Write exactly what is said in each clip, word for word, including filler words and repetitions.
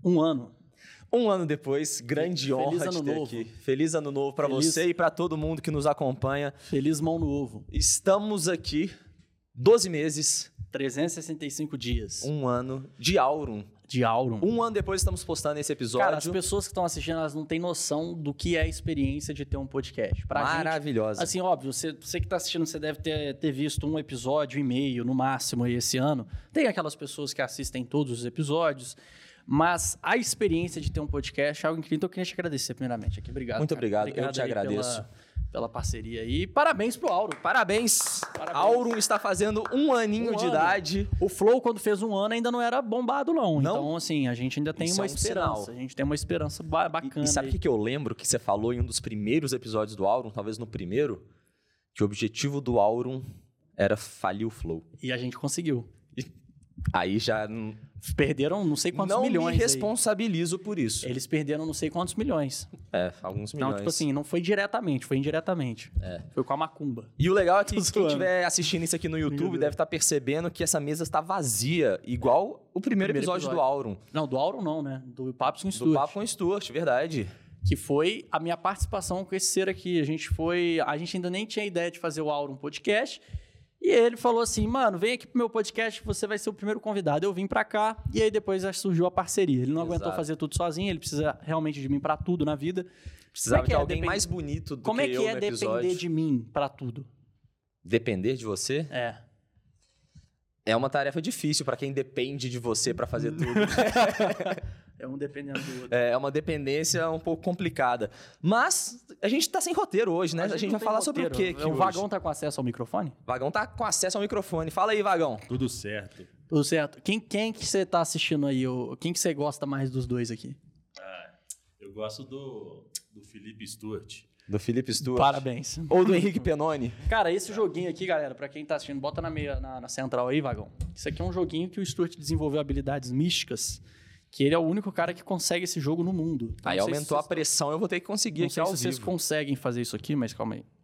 Um ano. Um ano depois, grande Feliz honra ano de ter novo. aqui. Feliz ano novo para Feliz- você e para todo mundo que nos acompanha. Feliz mão no ovo. Estamos aqui, doze meses, trezentos e sessenta e cinco dias um ano de Aurum. de Aurum. Um ano depois estamos postando esse episódio. Cara, as pessoas que estão assistindo, elas não têm noção do que é a experiência de ter um podcast. Pra Maravilhosa. gente, assim, óbvio, você, você que tá assistindo, você deve ter, ter visto um episódio e meio, no máximo, aí esse ano. Tem aquelas pessoas que assistem todos os episódios, mas a experiência de ter um podcast é algo incrível. Então eu queria te agradecer primeiramente aqui. Obrigado. Muito cara. obrigado, eu te aí agradeço. Pela, pela parceria aí. Parabéns pro Aurum. Parabéns. Parabéns. Aurum está fazendo um aninho Um de ano. idade. O Flow, quando fez um ano, ainda não era bombado, não. Não? Então, assim, a gente ainda tem Isso uma é um esperança. sinal. A gente tem uma esperança ba- E, bacana. e sabe o aí. que, que eu lembro que você falou em um dos primeiros episódios do Aurum, talvez no primeiro? Que o objetivo do Aurum era falir o Flow. E a gente conseguiu. Aí já n- Perderam não sei quantos não milhões. me aí. responsabilizo por isso. Eles perderam não sei quantos milhões. É, alguns milhões. Então, tipo assim, não foi diretamente, foi indiretamente. É. Foi com a macumba. E o legal é que Tô quem zoando. estiver assistindo isso aqui no YouTube Deus. deve estar percebendo que essa mesa está vazia, igual o primeiro, Primeiro episódio, episódio. do Aurum. Não, do Aurum não, né? Do Papo com Do Stuart. Papo com o Stuart, verdade. Que foi a minha participação com esse ser aqui. A gente foi... A gente ainda nem tinha ideia de fazer o Aurum Podcast. E ele falou assim, mano, vem aqui pro meu podcast que você vai ser o primeiro convidado. Eu vim pra cá e aí depois já surgiu a parceria. Ele não aguentou Exato. fazer tudo sozinho, ele precisa realmente de mim pra tudo na vida. Precisava Como é que ter é alguém depend- mais bonito do Como que é que eu é no depender episódio. de mim pra tudo? Depender de você É. é uma tarefa difícil para quem depende de você para fazer tudo. É um dependendo do outro. É uma dependência um pouco complicada. Mas a gente tá sem roteiro hoje, né? A gente, não vai tem falar sobre o roteiro. quê aqui O hoje? Vagão tá com acesso ao microfone? Vagão tá com acesso ao microfone. Fala aí, Vagão. Tudo certo. Tudo certo. Quem, quem que você tá assistindo aí? O- Quem que você gosta mais dos dois aqui? Eu gosto do, do Felipe Stuart. Do Felipe Stuart. Parabéns. Ou do Henrique Penoni. Cara, esse joguinho aqui, galera, pra quem tá assistindo, bota na, meia, na, na central aí, Vagão. Isso aqui é um joguinho que o Stuart desenvolveu habilidades místicas, que ele é o único cara que consegue esse jogo no mundo. Então, Aí não sei se aumentou a vocês- pressão, eu vou ter que conseguir Não aqui sei ao se vocês vivo. conseguem fazer isso aqui, mas calma aí.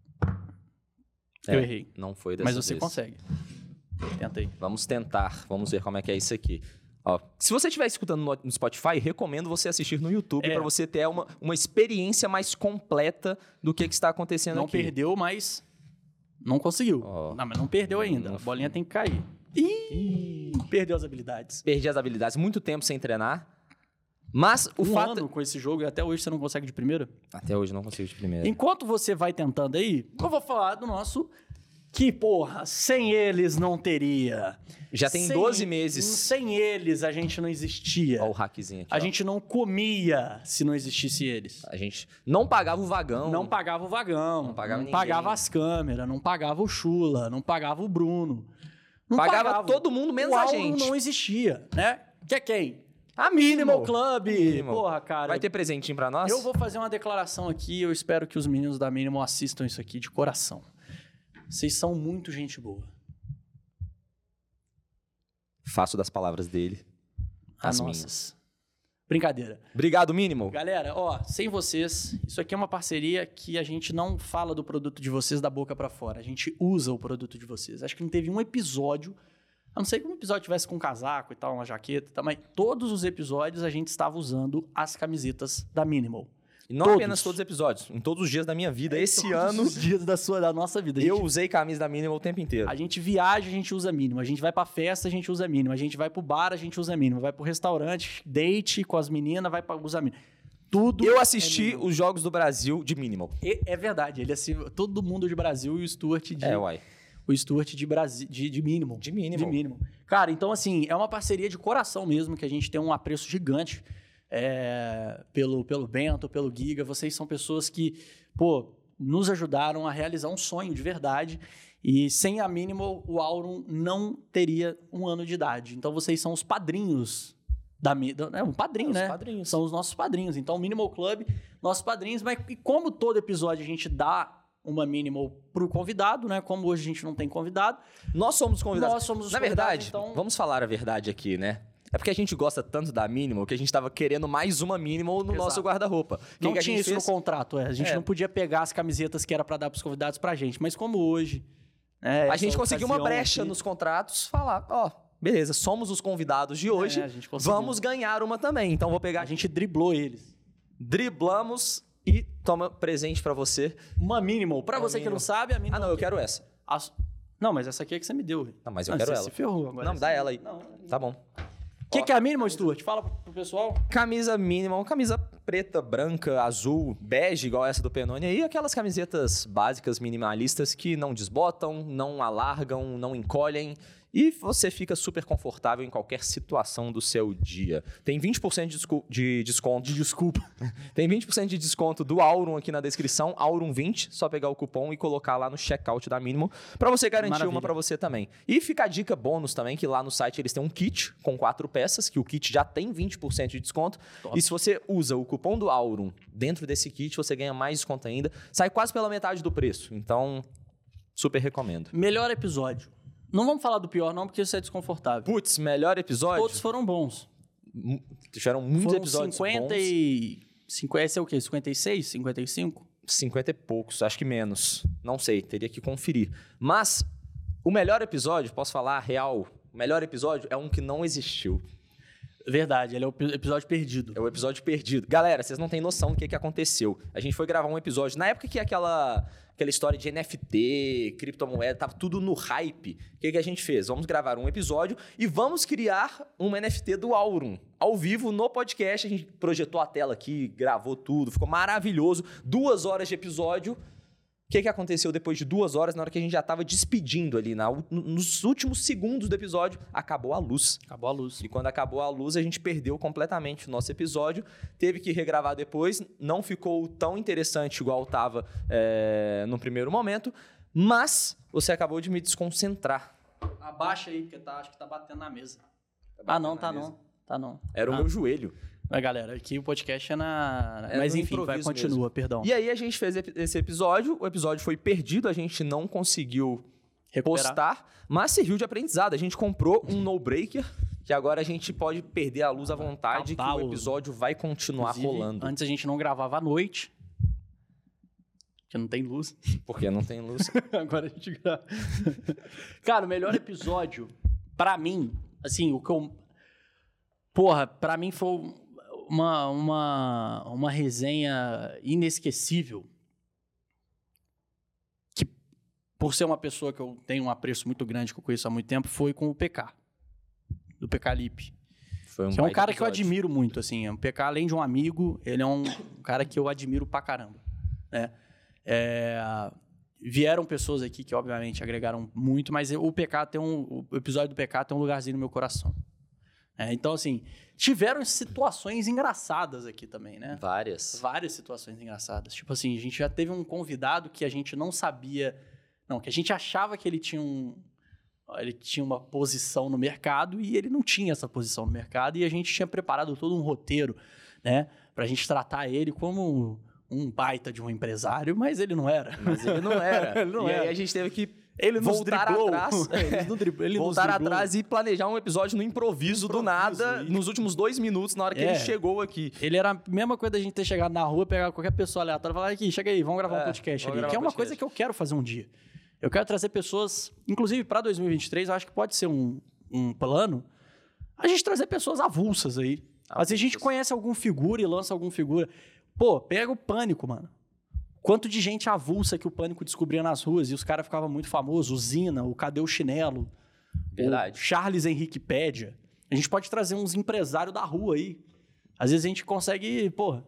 É, Eu errei. Não foi dessa Mas você vez. consegue. Tenta aí. Vamos tentar, vamos ver como é que é isso aqui. Ó, se você estiver escutando no, no Spotify, recomendo você assistir no YouTube É. para você ter uma, uma experiência mais completa do que, que está acontecendo Não aqui. perdeu, mas não conseguiu. Ó. Não, mas não perdeu ainda. Não A bolinha tem que cair. Ih, perdeu as habilidades. Perdi as habilidades, muito tempo sem treinar. Mas o um fato... ano com esse jogo e até hoje você não consegue de primeira. Até hoje não consigo de primeira. Enquanto você vai tentando aí, eu vou falar do nosso... Que, porra, sem eles não teria. Já tem Sem- doze meses. Sem eles a gente não existia. Ó o hackzinho aqui. A ó. gente não comia se não existisse eles. A gente não pagava o vagão. Não pagava o vagão, Não pagava ninguém. pagava as câmeras, não pagava o Chula, não pagava o Bruno. Não Pagava todo mundo, menos o a Aurum gente. não existia, né? Que é quem? A Minimal Club. Minimal. Porra, cara. Vai ter presentinho pra nós? Eu vou fazer uma declaração aqui, eu espero que os meninos da Minimal assistam isso aqui de coração. Vocês são muito gente boa. Faço das palavras dele as Ah, minhas. nossas. Brincadeira. Obrigado, Minimal. Galera, ó, sem vocês, isso aqui é uma parceria que a gente não fala do produto de vocês da boca pra fora. A gente usa o produto de vocês. Acho que não teve um episódio, a não ser que um episódio tivesse com um casaco e tal, uma jaqueta e tal, mas todos os episódios a gente estava usando as camisetas da Minimal. E não Todos. apenas todos os episódios, em todos os dias da minha vida. Esse Todos ano, os dias da, sua, da nossa vida. A eu gente, usei camisa da Minimal o tempo inteiro. a gente viaja, a gente usa mínimo. A gente vai pra festa, a gente usa mínimo. A gente vai pro bar, a gente usa mínimo. Vai pro restaurante, date com as meninas, vai pra usar mínimo. Tudo Eu é assisti mínimo. os Jogos do Brasil de Minimal. E- É verdade, ele assim, todo mundo de Brasil e o Stuart de É, uai. o Stuart de Brasil de, de mínimo. De Minimal. De mínimo. Cara, então assim, é uma parceria de coração mesmo, que a gente tem um apreço gigante é, pelo, pelo Bento, pelo Giga. Vocês são pessoas que, pô, nos ajudaram a realizar um sonho de verdade. E sem a Minimal, o Aurum não teria um ano de idade. Então vocês são os padrinhos da Mi- da- É um padrinho, Os né? padrinhos. São os nossos padrinhos. Então, o Minimal Club, nossos padrinhos. Mas e como todo episódio a gente dá uma Minimal pro convidado, né? Como hoje a gente não tem convidado, Nós somos os convidados. nós somos os Na convidados, verdade, então... vamos falar a verdade aqui, né? É porque a gente gosta tanto da Minimal que a gente tava querendo mais uma Minimal no Exato. nosso guarda-roupa. Que Não que a tinha gente isso fez? no contrato, é. A gente É. não podia pegar as camisetas que era pra dar pros convidados pra gente. Mas como hoje... né, A essa gente conseguiu uma ocasião brecha aqui- nos contratos, falar, ó, beleza, somos os convidados de hoje, É, a gente conseguiu. vamos ganhar uma também. Então vou pegar, A gente driblou eles. driblamos e toma presente pra você. Uma minimal. Pra Uma você que minimal. não sabe, a minimal... Ah, não, eu quero essa. As- Não, mas essa aqui é que você me deu. Não, mas eu Não, quero você ela. se ferrou agora. Não, dá ela aí. Não. Tá bom. O que, que é a minimal, Stuart? Fala pro pro pessoal. Camisa minimal, camisa preta, branca, azul, bege, igual essa do Penone. E aquelas camisetas básicas minimalistas que não desbotam, não alargam, não encolhem. E você fica super confortável em qualquer situação do seu dia. Tem vinte por cento de, descu- de desconto. De desculpa. Tem vinte por cento de desconto do Aurum aqui na descrição. Aurum vinte. Só pegar o cupom e colocar lá no checkout da Minimal. Pra você garantir Maravilha. uma pra você também. E fica a dica bônus também, que lá no site eles têm um kit com quatro peças, que o kit já tem vinte por cento de desconto. Top. E se você usa o cupom do Aurum dentro desse kit, você ganha mais desconto ainda. Sai quase pela metade do preço. Então, super recomendo. Melhor episódio. Não vamos falar do pior, não, porque isso é desconfortável. Putz, melhor episódio. Todos foram bons. Mu- Tiveram muitos Foram episódios cinquenta bons. e... cinquenta, esse é o quê? cinquenta e seis? cinquenta e cinco? cinquenta e poucos, acho que menos. Não sei, teria que conferir. Mas o melhor episódio, posso falar real, o melhor episódio é um que não existiu. Verdade, ele é o pe- episódio perdido. É o episódio perdido. Galera, vocês não têm noção do que, que aconteceu. A gente foi gravar um episódio, na época que aquela, aquela história de N F T, criptomoeda, tava tudo no hype. O que, que a gente fez? Vamos gravar um episódio e vamos criar uma N F T do Aurum. Ao vivo, no podcast, a gente projetou a tela aqui, gravou tudo, ficou maravilhoso. Duas horas de episódio. O que, que aconteceu depois de duas horas, na hora que a gente já estava despedindo ali, na, u- nos últimos segundos do episódio, acabou a luz. Acabou a luz. E quando acabou a luz, a gente perdeu completamente o nosso episódio. Teve que regravar depois. Não ficou tão interessante igual estava é, no primeiro momento. Mas você acabou de me desconcentrar. Abaixa aí, porque tá, acho que tá batendo na mesa. Tá ah, não, batendo tá na mesa. não. Tá não. Era o Ah. meu joelho. Mas, galera, aqui o podcast é na... É Mas no enfim, vai, improviso continua, mesmo. perdão. E aí a gente fez ep- esse episódio. O episódio foi perdido. A gente não conseguiu Recuperar. postar. Mas serviu de aprendizado. A gente comprou um no-breaker. Que agora a gente pode perder a luz à vontade. Acabar que o o- episódio vai continuar Inclusive, rolando. Antes a gente não gravava à noite, porque não tem luz. Porque não tem luz. Agora a gente grava. Cara, o melhor episódio, pra mim, assim, o que eu... Porra, pra mim foi uma, uma, uma resenha inesquecível. Que, por ser uma pessoa que eu tenho um apreço muito grande, que eu conheço há muito tempo, foi com o P K. Do P K Lip. Foi Que é um baita cara que eu episódio. admiro muito, assim. O P K, além de um amigo, ele é um cara que eu admiro pra caramba, né? É, vieram pessoas aqui que, obviamente, agregaram muito, mas o P K tem um... O episódio do P K tem um lugarzinho no meu coração. É, então, assim, tiveram situações engraçadas aqui também, né? Várias. Várias situações engraçadas. Tipo assim, a gente já teve um convidado que a gente não sabia... Não, que a gente achava que ele tinha um... Ele tinha uma posição no mercado e ele não tinha essa posição no mercado e a gente tinha preparado todo um roteiro, né? Pra gente tratar ele como um baita de um empresário, mas ele não era. Mas ele não era. Ele não e era. aí a gente teve que Ele nos voltar driblou. atrás. Ele nos drib- ele nos voltar driblou. atrás e planejar um episódio no improviso, do Improviso, nada, e- nos últimos dois minutos, na hora que É. ele chegou aqui. Ele era a mesma coisa da gente ter chegado na rua, pegar qualquer pessoa aleatória e falar aqui, chega aí, vamos gravar É, um podcast vamos ali. gravar Que é um uma podcast. coisa que eu quero fazer um dia. Eu quero trazer pessoas, inclusive para dois mil e vinte e três, eu acho que pode ser um, um plano, a gente trazer pessoas avulsas aí. Às vezes a gente Avulsas. conhece algum figura e lança algum figura. Pô, pega o Pânico, mano. Quanto de gente avulsa que o Pânico descobria nas ruas e os caras ficavam muito famosos. O Zina, o Cadê o Chinelo? Verdade. O Charles Henrique Pédia. A gente pode trazer uns empresários da rua aí. Às vezes a gente consegue, porra,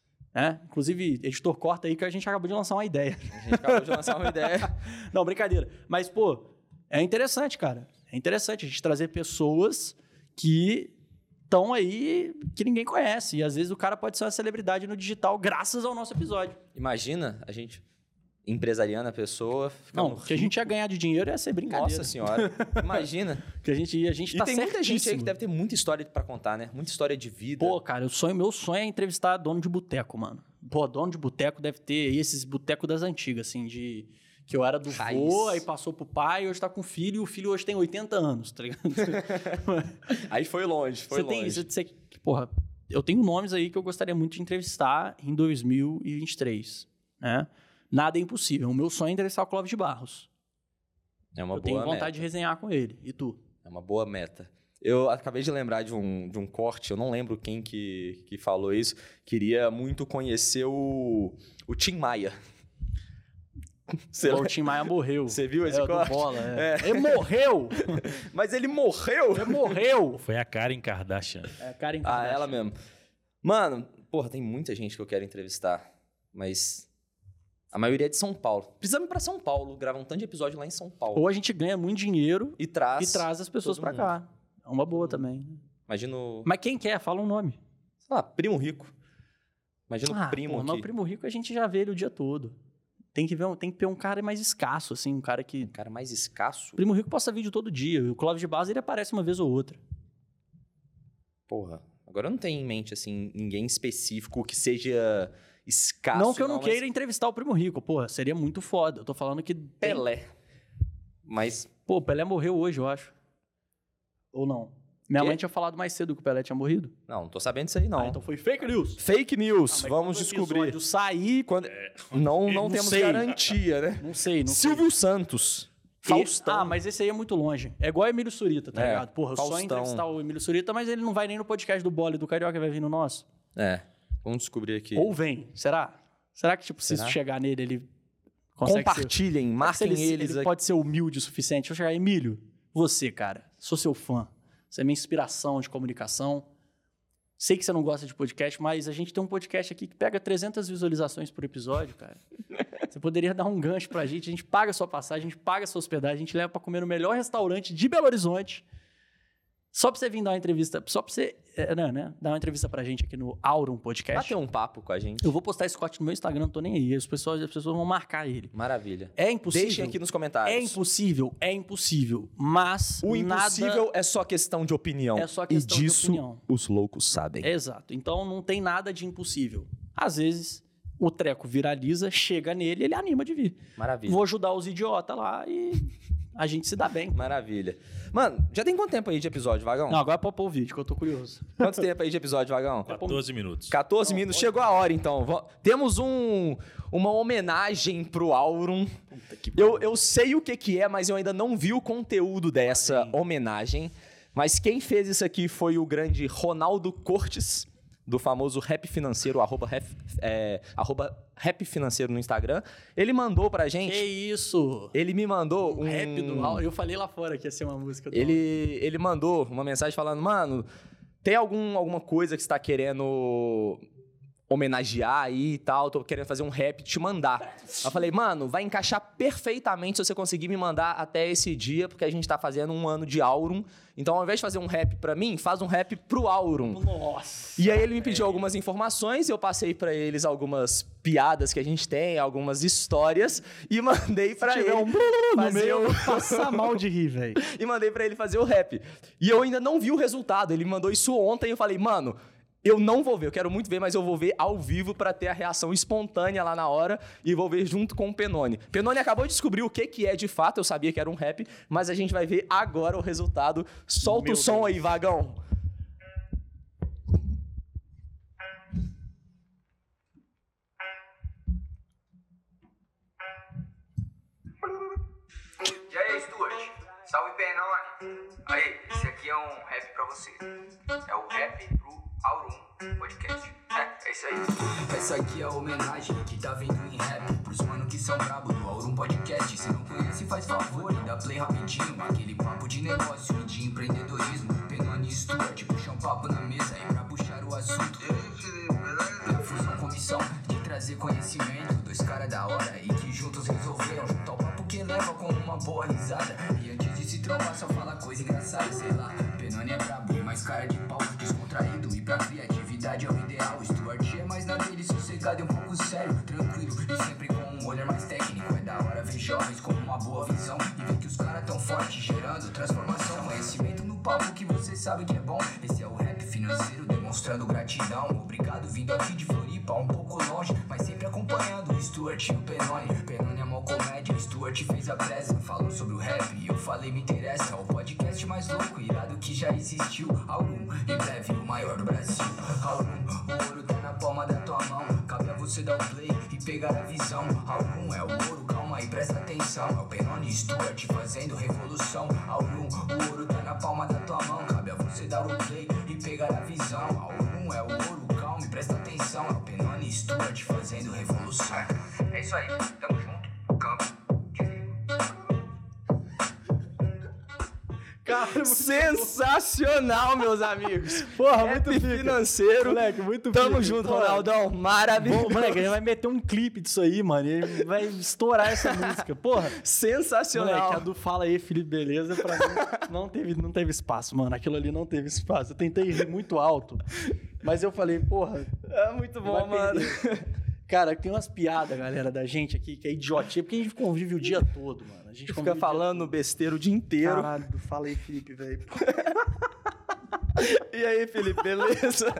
né? Inclusive, editor, corta aí que a gente acabou de lançar uma ideia. A gente acabou de lançar uma ideia. Não, brincadeira. Mas, pô, é interessante, cara. É interessante a gente trazer pessoas que estão aí, que ninguém conhece. E às vezes o cara pode ser uma celebridade no digital graças ao nosso episódio. Imagina a gente empresariando a pessoa. ficando Não, o que a gente ia ganhar de dinheiro ia ser brincadeira. Nossa senhora. Imagina. Que a gente ia, a gente E tá tem muita gente aí certíssimo. que deve ter muita história pra contar, né? Muita história de vida. Pô, cara, o sonho, meu sonho é entrevistar dono de boteco, mano. Pô, dono de boteco deve ter esses botecos das antigas, assim, de... Que eu era do Raiz. vô, aí passou pro pai, hoje tá com o filho, e o filho hoje tem oitenta anos, tá ligado? Aí foi longe, foi Você tem... longe. Você, você, porra, eu tenho nomes aí que eu gostaria muito de entrevistar em dois mil e vinte e três, né? Nada é impossível. O meu sonho é entrevistar o Clóvis de Barros. É uma eu boa tenho vontade meta. de resenhar com ele. E tu? É uma boa meta. Eu acabei de lembrar de um, de um corte, eu não lembro quem que, que falou isso. Queria muito conhecer o, o Tim Maia. Você o Tim Maia morreu. Você viu esse é, corte? Do bola, é. É. Ele morreu! Mas ele morreu? Ele morreu! Foi a Karen Kardashian. É a Karen Kardashian. Ah, ela mesmo. Mano, porra, tem muita gente que eu quero entrevistar, mas a maioria é de São Paulo. Precisamos ir pra São Paulo, gravar um tanto de episódio lá em São Paulo. Ou a gente ganha muito dinheiro e traz, e traz as pessoas pra cá. É uma boa também. Imagina o... Mas quem quer? Fala um nome. Sei lá, Primo Rico. Imagina ah, o Primo porra, aqui. Mas o Primo Rico a gente já vê ele o dia todo. Tem que, ver um, tem que ter um cara mais escasso, assim, um cara que... Um cara mais escasso? Primo Rico posta vídeo todo dia. O Clóvis de Base, ele aparece uma vez ou outra. Porra, agora eu não tenho em mente, assim, ninguém específico que seja escasso. Não que eu não, não queira mas... entrevistar o Primo Rico, porra, seria muito foda. Eu tô falando que... Pelé. Tem... Mas... Pô, o Pelé morreu hoje, eu acho. Ou não? Minha Quê? mãe tinha falado mais cedo que o Pelé tinha morrido. Não, não tô sabendo disso aí, não. Ah, então foi fake news. Fake news, Ah, vamos quando o descobrir. episódio sair... Quando... Não, não, não temos sei. garantia, né? Não sei, não Silvio sei. Santos. E- Faustão. Ah, mas esse aí é muito longe. É igual o Emílio Surita, tá É, ligado? Porra, eu só Faustão. entrevistar o Emílio Surita, mas ele não vai nem no podcast do Bola e do Carioca, vai vir no nosso. É, vamos descobrir aqui. Ou vem, será? Será que, tipo, se Será? isso chegar nele, ele consegue Compartilhem, ser... marquem ele, eles ele aqui. pode ser humilde o suficiente. Eu chegar, Emílio, você, cara, sou seu fã. Você é minha inspiração de comunicação. Sei que você não gosta de podcast, mas a gente tem um podcast aqui que pega trezentas visualizações por episódio, cara. Você poderia dar um gancho pra gente. A gente paga a sua passagem, a gente paga a sua hospedagem, a gente leva pra comer no melhor restaurante de Belo Horizonte. Só pra você vir dar uma entrevista, só pra você, é, não, né, dar uma entrevista pra gente aqui no Aurum Podcast. Bater um papo com a gente. Eu vou postar esse corte no meu Instagram, não tô nem aí. As pessoas, as pessoas vão marcar ele. Maravilha. É impossível. Deixem aqui nos comentários. É impossível, é impossível. Mas O impossível nada... é só questão de opinião. É só questão e de disso opinião. os loucos sabem. Exato. Então não tem nada de impossível. Às vezes o treco viraliza, chega nele, ele anima de vir. Maravilha. Vou ajudar os idiotas lá e a gente se dá bem. Maravilha. Mano, já tem quanto tempo aí de episódio, Vagão? Não, agora é pra pôr o vídeo, que eu tô curioso. Quanto tempo aí de episódio, Vagão? quatorze minutos. quatorze Não, minutos. pode- Chegou a hora, então. Vo- Temos um, uma homenagem pro Aurum. Puta que Eu, eu sei o que que é, mas eu ainda não vi o conteúdo dessa Sim. homenagem. Mas quem fez isso aqui foi o grande Ronaldo Cortes, do famoso Rap Financeiro, arroba, rap, é, arroba Rap Financeiro no Instagram. Ele mandou pra gente... Que isso? Ele me mandou O um... rap do Al- Eu falei lá fora que ia ser uma música do Ele, ele mandou uma mensagem falando, mano, tem algum, alguma coisa que você tá querendo homenagear aí e tal, tô querendo fazer um rap, te mandar. Eu falei, mano, vai encaixar perfeitamente se você conseguir me mandar até esse dia, porque a gente tá fazendo um ano de Aurum. Então, ao invés de fazer um rap pra mim, faz um rap pro Aurum. Nossa. E aí ele me pediu algumas informações, eu passei pra eles algumas piadas que a gente tem, algumas histórias, e mandei pra Se ele tiver um no fazer meio, o- eu vou passar mal de rir, velho. e mandei pra ele fazer o rap. E eu ainda não vi o resultado. Ele me mandou isso ontem e eu falei, mano, eu não vou ver, eu quero muito ver, mas eu vou ver ao vivo pra ter a reação espontânea lá na hora e vou ver junto com o Penone. Penone acabou de descobrir o que que é de fato, eu sabia que era um rap, mas a gente vai ver agora o resultado. Solta Meu o som Deus. aí, Vagão. E aí, Stuart? Salve, Penone! Aí, esse aqui é um rap pra você. É o rap pro Aurum Podcast. É, é isso aí. Essa aqui é a homenagem que tá vindo em rap pros mano que são brabo do Aurum Podcast. Se não conhece, faz favor e dá play rapidinho. Aquele papo de negócio e de empreendedorismo. Penone e Stuart puxam papo na mesa e pra puxar o assunto. Na fusão com missão de trazer conhecimento. Dois caras da hora e que juntos resolveram juntar o papo que leva com uma boa risada. E antes de se trombar só fala coisa engraçada, sei lá. Penone é brabo e mais cara de pau, descontraído e pra criatividade é o ideal. Stuart é mais na dele, sossegado e um pouco sério, tranquilo e sempre com um olhar mais técnico. É da hora ver jovens com uma boa visão e ver que os caras tão fortes, gerando transformação. Conhecimento no papo que você sabe que é bom. Esse é o rap financeiro, demonstrando gratidão. Obrigado vindo aqui de Floripa, um pouco longe, mas sempre acompanhando o Stuart e o Penone. Penone é mó comédia, o Stuart fez a pressa. Falou sobre o rap e eu falei me interessa. O podcast mais louco, irado que já existiu. Aurum, em breve o maior do Brasil. Aurum, o ouro tá na palma da tua mão. Cabe a você dar o play e pegar a visão. Aurum é o ouro, calma. calma e presta atenção. É o Benoni Stuart fazendo revolução. Aurum, o ouro tá na palma da tua mão. Cabe a você dar o play e pegar a visão. Aurum é o ouro, calma e presta atenção. É o Benoni Stuart fazendo revolução. É isso aí, tamo junto, câmbio. Cara, sensacional, meus amigos. Porra, Rap muito pica. financeiro. Moleque, muito Tamo pica. junto, Porra. Ronaldão. Maravilhoso. Bom, moleque, a gente vai meter um clipe disso aí, mano. E ele vai estourar essa música. Porra. Sensacional. Moleque, a do Fala Aí, Felipe Beleza, pra mim não teve, não teve espaço, mano. Aquilo ali não teve espaço. Eu tentei rir muito alto, mas eu falei, porra... É muito bom, vai mano. perder. Cara, tem umas piadas, galera, da gente aqui, que é idiotia, porque a gente convive o dia todo, mano. A gente Fica falando besteira o dia inteiro. Caralho, do Fala Aí, Felipe, velho. E aí, Felipe, beleza?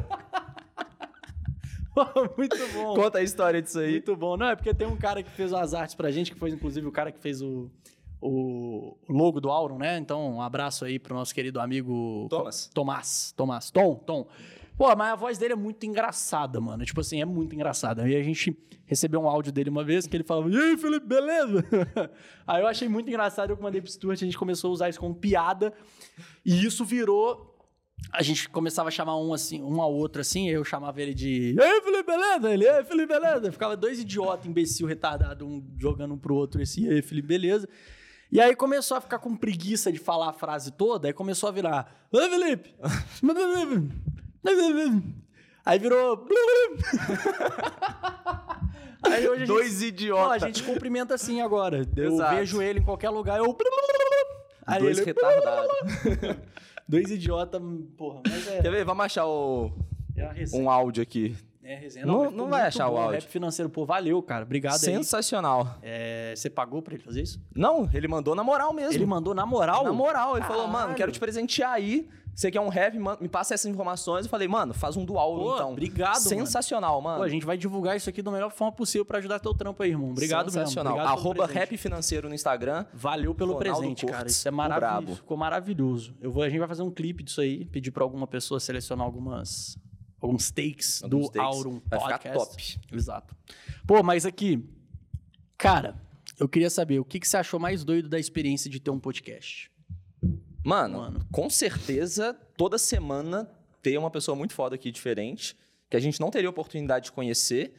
Muito bom. Conta a história disso aí. Muito bom. Não, é porque tem um cara que fez as artes pra gente, que foi inclusive o cara que fez o, o logo do Auron, né? Então, um abraço aí pro nosso querido amigo... Thomas. Tomás. Tomás. Tom, Tom. Pô, mas a voz dele é muito engraçada, mano. Tipo assim, é muito engraçada. E a gente recebeu um áudio dele uma vez que ele falava, e aí, Felipe, beleza? Aí eu achei muito engraçado, eu mandei pro Stuart, a gente começou a usar isso como piada. E isso virou... A gente começava a chamar um assim, um ao outro assim, eu chamava ele de e aí, Felipe, beleza? Ele, e aí, Felipe, beleza? Ficava dois idiotas, imbecil, retardado, um jogando um pro outro esse, e aí, Felipe, beleza? E aí começou a ficar com preguiça de falar a frase toda, aí começou a virar, oi, Felipe! Aí virou... Aí hoje a Dois gente, idiotas. Ó, a gente cumprimenta assim agora. Eu Exato. vejo ele em qualquer lugar, eu... Aí Dois ele... retardados. Dois idiotas, porra, mas é... Quer ver? Vamos achar o... É a resenha. um áudio aqui. É a resenha. Não- mas ficou não vai muito achar o bom, áudio. Rap financeiro, pô, valeu, cara. Obrigado aí. Sensacional. É, você pagou pra ele fazer isso? Não, ele mandou na moral mesmo. Ele mandou na moral? Na moral, ele falou, Caralho. mano, quero te presentear aí. Você quer um rap, man- me passa essas informações. Eu falei, mano, faz um do Auron, Pô, então. obrigado, Sensacional, mano. Pô, a gente vai divulgar isso aqui da melhor forma possível pra ajudar teu trampo aí, irmão. Obrigado Sensacional. mesmo. Obrigado pelo Arroba presente. Rap Financeiro no Instagram. Valeu pelo Ronaldo presente, Cortes, cara. Isso é o maravilhoso. brabo. Ficou maravilhoso. Eu vou, a gente vai fazer um clipe disso aí, pedir pra alguma pessoa selecionar algumas, alguns takes Alguns do takes. Auron Vai ficar Podcast. top. Exato. Pô, mas aqui, cara, eu queria saber, o que, que você achou mais doido da experiência de ter um podcast? Mano, Mano. com certeza, toda semana ter uma pessoa muito foda aqui diferente, que a gente não teria oportunidade de conhecer.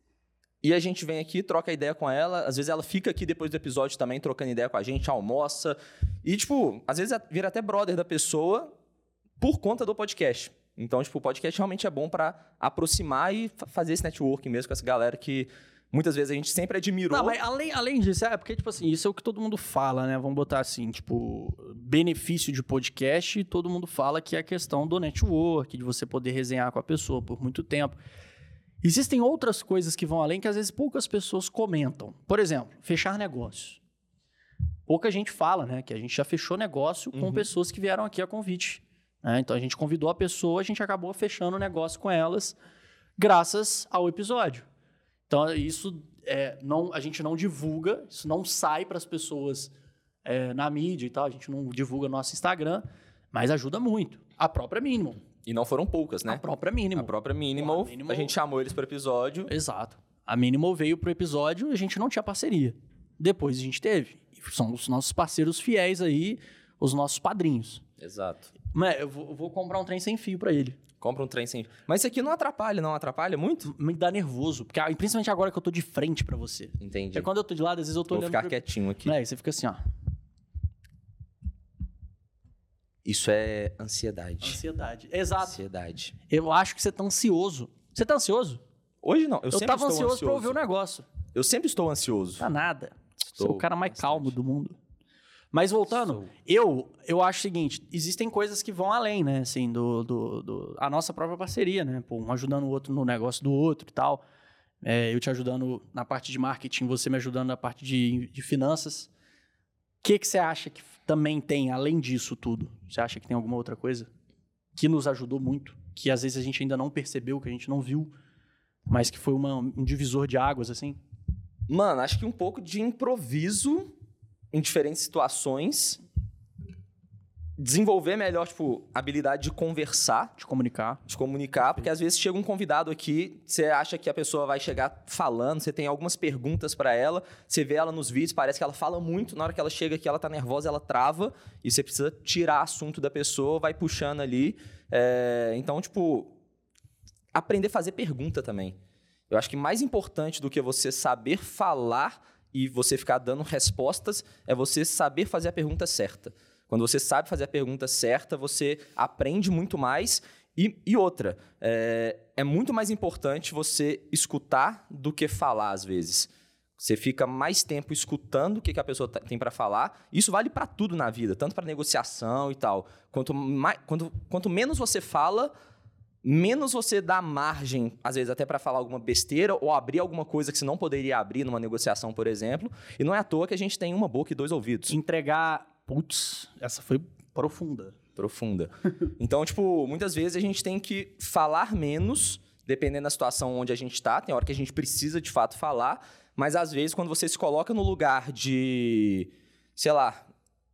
E a gente vem aqui, troca ideia com ela. Às vezes ela fica aqui depois do episódio também, trocando ideia com a gente, almoça. E, tipo, às vezes vira até brother da pessoa por conta do podcast. Então, tipo, o podcast realmente é bom pra aproximar e fa- fazer esse networking mesmo com essa galera que muitas vezes a gente sempre admirou. Não, mas além, além disso, é porque, tipo assim, isso é o que todo mundo fala, né? Vamos botar assim, tipo, benefício de podcast, todo mundo fala que é a questão do network, de você poder resenhar com a pessoa por muito tempo. Existem outras coisas que vão além que às vezes poucas pessoas comentam. Por exemplo, fechar negócios. Pouca gente fala, né? Que a gente já fechou negócio com Uhum. pessoas que vieram aqui a convite. Né? Então a gente convidou a pessoa, a gente acabou fechando o negócio com elas graças ao episódio. Então isso é, não, a gente não divulga, isso não sai para as pessoas é, na mídia e tal, a gente não divulga no nosso Instagram, mas ajuda muito. A própria Minimal. E não foram poucas, né? A própria Minimal. A própria Minimal, Porra, a Minimal- a gente chamou eles pro episódio. Exato. A Minimal veio pro episódio e a gente não tinha parceria. Depois a gente teve. E são os nossos parceiros fiéis aí, os nossos padrinhos. Exato. Mas eu vou, eu vou comprar um trem sem fio pra ele. Compra um trem sem... Mas isso aqui não atrapalha, não atrapalha muito? Me dá nervoso, porque ah, principalmente agora que eu tô de frente pra você. Entendi. Porque quando eu tô de lado, às vezes eu tô Vou olhando ficar pro... quietinho aqui. Né, aí você fica assim, ó. Isso é ansiedade. Ansiedade. Exato. Ansiedade. Eu acho que você tá ansioso. Você tá ansioso? Hoje não, eu, Eu, sempre tava estou ansioso, ansioso. pra ouvir o negócio. Eu sempre estou ansioso. Tá nada. Você Estou é o cara mais bastante. calmo do mundo. Mas voltando, Sou. eu, eu acho o seguinte, existem coisas que vão além, né, assim, do, do, do- a nossa própria parceria, né, pô, um ajudando o outro no negócio do outro e tal, é, eu te ajudando na parte de marketing, você me ajudando na parte de, de finanças. O que que você acha que também tem, além disso tudo? Você acha que tem alguma outra coisa que nos ajudou muito, que às vezes a gente ainda não percebeu, que a gente não viu, mas que foi uma- um divisor de águas, assim? Mano, acho que um pouco de improviso em diferentes situações desenvolver melhor, tipo, a habilidade de conversar, De comunicar. de comunicar, porque às vezes chega um convidado aqui, você acha que a pessoa vai chegar falando, você tem algumas perguntas para ela, você vê ela nos vídeos, parece que ela fala muito, na hora que ela chega aqui, ela tá nervosa, ela trava, e você precisa tirar assunto da pessoa, vai puxando ali. É, então, tipo, aprender a fazer pergunta também. Eu acho que mais importante do que você saber falar e você ficar dando respostas é você saber fazer a pergunta certa. Quando você sabe fazer a pergunta certa, você aprende muito mais. E, e outra, é, é muito mais importante você escutar do que falar, às vezes. Você fica mais tempo escutando o que, que a pessoa tem para falar. Isso vale para tudo na vida, tanto para negociação e tal. Quanto, mais, quanto, quanto menos você fala, menos você dá margem, às vezes, até para falar alguma besteira ou abrir alguma coisa que você não poderia abrir numa negociação, por exemplo. E não é à toa que a gente tem uma boca e dois ouvidos. Entregar... Putz, essa foi profunda. Profunda. Então, tipo, muitas vezes a gente tem que falar menos, dependendo da situação onde a gente está. Tem hora que a gente precisa, de fato, falar. Mas, às vezes, quando você se coloca no lugar de, sei lá,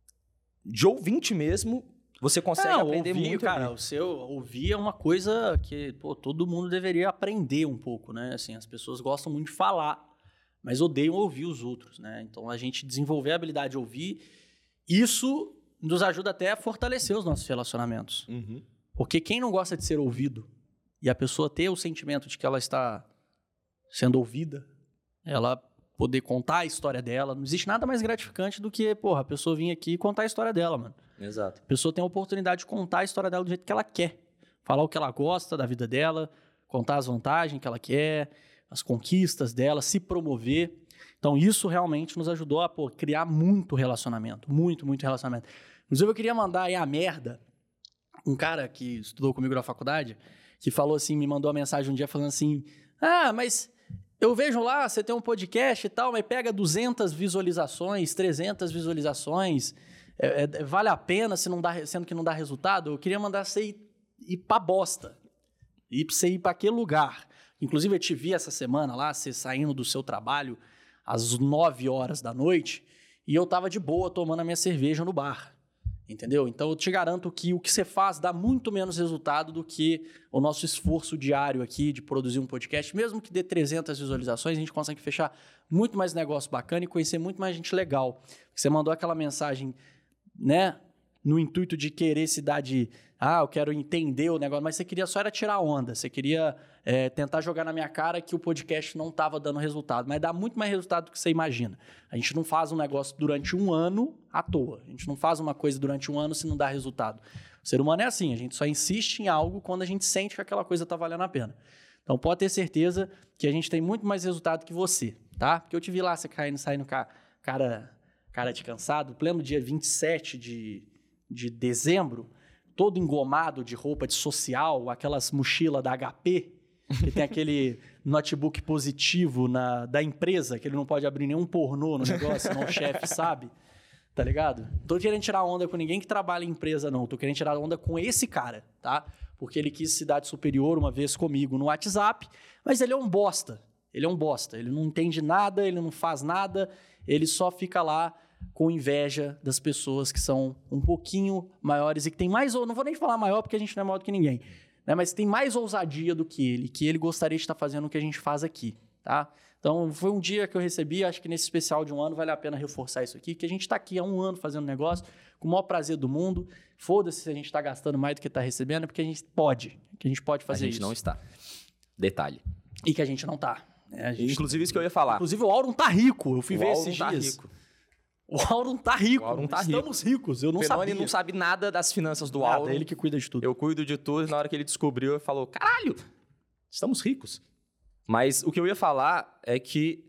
de ouvinte mesmo, você consegue Não, aprender ouvir, muito. Cara, ali. o seu ouvir é uma coisa que pô, todo mundo deveria aprender um pouco, né? Assim, as pessoas gostam muito de falar, mas odeiam ouvir os outros, né? Então, a gente desenvolver a habilidade de ouvir, isso nos ajuda até a fortalecer os nossos relacionamentos. Uhum. Porque quem não gosta de ser ouvido e a pessoa ter o sentimento de que ela está sendo ouvida, ela poder contar a história dela, não existe nada mais gratificante do que, porra, a pessoa vir aqui e contar a história dela, mano. Exato. A pessoa tem a oportunidade de contar a história dela do jeito que ela quer. Falar o que ela gosta da vida dela, contar as vantagens que ela quer, as conquistas dela, se promover. Então, isso realmente nos ajudou a pô, criar muito relacionamento. Muito, muito relacionamento. Inclusive, eu queria mandar aí a merda. Um cara que estudou comigo na faculdade, que falou assim, me mandou uma mensagem um dia falando assim, ah, mas eu vejo lá, você tem um podcast e tal, mas pega duzentas visualizações, trezentas visualizações, é, é, vale a pena se não dá, sendo que não dá resultado? Eu queria mandar você ir, ir pra bosta. Ir pra você ir pra aquele lugar. Inclusive, eu te vi essa semana lá, você saindo do seu trabalho às nove horas da noite, e eu tava de boa tomando a minha cerveja no bar, entendeu? Então, eu te garanto que o que você faz dá muito menos resultado do que o nosso esforço diário aqui de produzir um podcast. Mesmo que dê trezentas visualizações, a gente consegue fechar muito mais negócio bacana e conhecer muito mais gente legal. Você mandou aquela mensagem, né, no intuito de querer se dar de... Ah, eu quero entender o negócio, mas você queria só era tirar onda, você queria é, tentar jogar na minha cara que o podcast não estava dando resultado, mas dá muito mais resultado do que você imagina. A gente não faz um negócio durante um ano à toa, a gente não faz uma coisa durante um ano se não dá resultado. O ser humano é assim, a gente só insiste em algo quando a gente sente que aquela coisa está valendo a pena. Então pode ter certeza que a gente tem muito mais resultado que você, tá? Porque eu te vi lá, você caindo, saindo com a cara, cara de cansado, pleno dia vinte e sete de, de dezembro, todo engomado de roupa de social, aquelas mochilas da H P, que tem aquele notebook positivo na, da empresa, que ele não pode abrir nenhum pornô no negócio, senão o chefe sabe, tá ligado? Não tô querendo tirar onda com ninguém que trabalha em empresa, não. Tô querendo tirar onda com esse cara, tá? Porque ele quis se dar de superior uma vez comigo no WhatsApp, mas ele é um bosta. Ele é um bosta. Ele não entende nada, ele não faz nada, ele só fica lá com inveja das pessoas que são um pouquinho maiores e que tem mais... Não vou nem falar maior porque a gente não é maior do que ninguém, né? Mas tem mais ousadia do que ele, que ele gostaria de estar fazendo o que a gente faz aqui, tá? Então, foi um dia que eu recebi, acho que nesse especial de um ano vale a pena reforçar isso aqui, que a gente está aqui há um ano fazendo negócio, com o maior prazer do mundo. Foda-se se a gente está gastando mais do que está recebendo, é porque a gente pode, que a gente pode fazer isso. A gente isso. não está. Detalhe. E que a gente não está. Né? Gente... Inclusive, isso que eu ia falar. Inclusive, o Auron tá rico, eu fui o ver Auron esses tá dias. Rico. O Auron tá rico. O Auron tá Estamos rico. ricos, eu não Penone sabia. não sabe nada das finanças do Nada, Auron. é ele que cuida de tudo. Eu cuido de tudo. Na hora que ele descobriu, ele falou, caralho, estamos ricos. Mas o que eu ia falar é que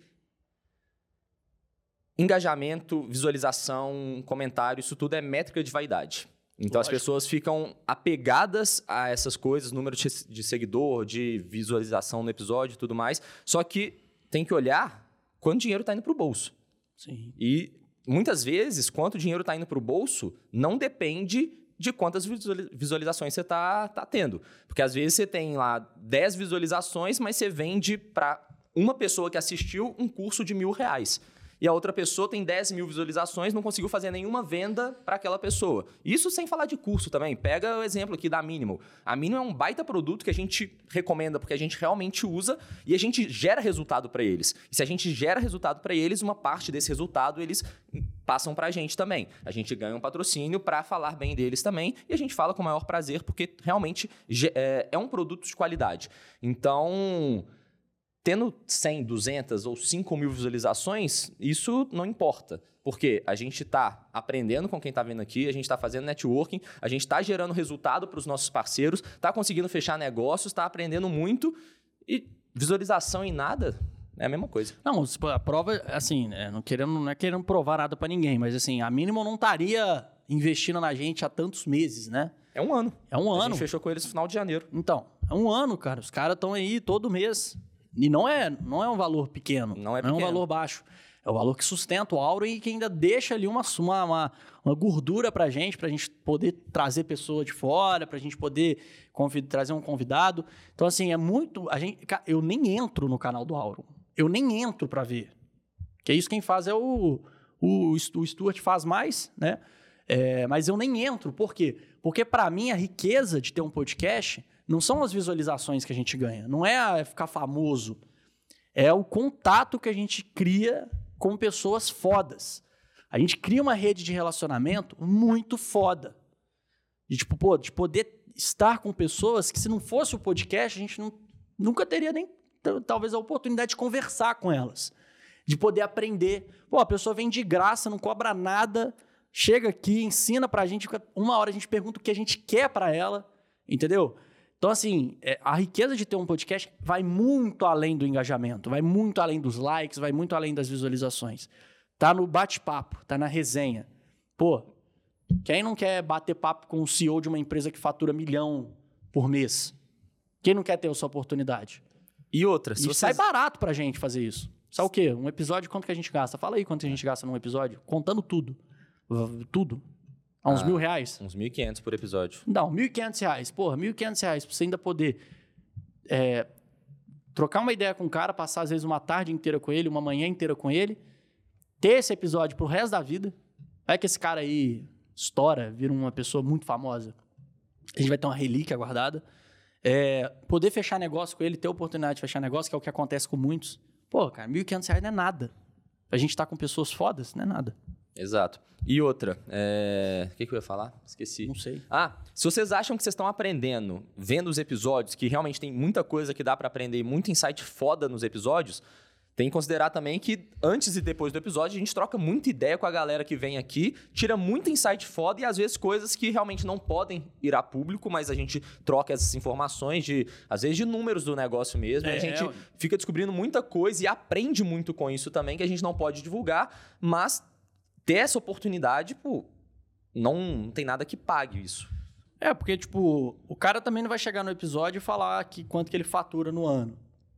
engajamento, visualização, comentário, isso tudo é métrica de vaidade. Então, Lógico. As pessoas ficam apegadas a essas coisas, número de seguidor, de visualização no episódio e tudo mais. Só que tem que olhar quanto dinheiro está indo para o bolso. Sim. E muitas vezes, quanto dinheiro está indo para o bolso não depende de quantas visualizações você está tá tendo. Porque às vezes você tem lá dez visualizações, mas você vende para uma pessoa que assistiu um curso de mil reais. e a outra pessoa tem dez mil visualizações, não conseguiu fazer nenhuma venda para aquela pessoa. Isso sem falar de curso também. Pega o exemplo aqui da Minimal. A Minimal é um baita produto que a gente recomenda porque a gente realmente usa e a gente gera resultado para eles. E se a gente gera resultado para eles, uma parte desse resultado eles passam para a gente também. A gente ganha um patrocínio para falar bem deles também e a gente fala com o maior prazer porque realmente é, é um produto de qualidade. Então, tendo cem, duzentas ou cinco mil visualizações, isso não importa. Porque a gente está aprendendo com quem está vendo aqui, a gente está fazendo networking, a gente está gerando resultado para os nossos parceiros, está conseguindo fechar negócios, está aprendendo muito e visualização em nada é a mesma coisa. Não, a prova, assim, é, não, querendo, não é querendo provar nada para ninguém, mas assim, a Minimal não estaria investindo na gente há tantos meses, né? É um ano. É um ano. A gente fechou com eles no final de janeiro. Então, é um ano, cara. Os caras estão aí todo mês. E não é, não é um valor pequeno. Não é Não pequeno. é um valor baixo. É o valor que sustenta o Auro e que ainda deixa ali uma, uma, uma, uma gordura pra gente, pra gente poder trazer pessoa de fora, pra gente poder convid, trazer um convidado. Então, assim, é muito... A gente, eu nem entro no canal do Auro. Eu nem entro pra ver. Que é isso quem faz é o... O, o Stuart faz mais, né? É, mas eu nem entro. Por quê? Porque pra mim a riqueza de ter um podcast não são as visualizações que a gente ganha. Não é ficar famoso. É o contato que a gente cria com pessoas fodas. A gente cria uma rede de relacionamento muito foda. De, tipo, pô, de poder estar com pessoas que, se não fosse o podcast, a gente não, nunca teria nem, talvez, a oportunidade de conversar com elas. De poder aprender. Pô, a pessoa vem de graça, não cobra nada, chega aqui, ensina pra gente, uma hora a gente pergunta o que a gente quer pra ela, entendeu? Então, assim, é, a riqueza de ter um podcast vai muito além do engajamento, vai muito além dos likes, vai muito além das visualizações. Tá no bate-papo, tá na resenha. Pô, quem não quer bater papo com o C E O de uma empresa que fatura milhão por mês? Quem não quer ter essa oportunidade? E outra, se E você... sai barato pra gente fazer isso. Sabe o quê? Um episódio, quanto que a gente gasta? Fala aí quanto a gente gasta num episódio, contando tudo. Tudo. A uns Ah, mil reais. Uns mil e quinhentos por episódio. Não, mil e quinhentos reais. Porra, mil e quinhentos reais pra você ainda poder é, trocar uma ideia com o cara, passar às vezes uma tarde inteira com ele, uma manhã inteira com ele, ter esse episódio pro resto da vida. Vai que esse cara aí estoura, vira uma pessoa muito famosa. A gente vai ter uma relíquia guardada. É, poder fechar negócio com ele, ter a oportunidade de fechar negócio, que é o que acontece com muitos. Pô, cara, mil e quinhentos reais não é nada. A gente tá com pessoas fodas, não é nada. Exato. E outra, é... o que, que eu ia falar? Esqueci. Não sei. Ah, se vocês acham que vocês estão aprendendo, vendo os episódios, que realmente tem muita coisa que dá pra aprender e muito insight foda nos episódios, tem que considerar também que antes e depois do episódio a gente troca muita ideia com a galera que vem aqui, tira muito insight foda e às vezes coisas que realmente não podem ir a público, mas a gente troca essas informações de, às vezes, de números do negócio mesmo. É, a gente é. fica descobrindo muita coisa e aprende muito com isso também, que a gente não pode divulgar, mas ter essa oportunidade, pô, não, não tem nada que pague isso. É, porque, tipo, o cara também não vai chegar no episódio e falar que quanto que ele fatura no ano.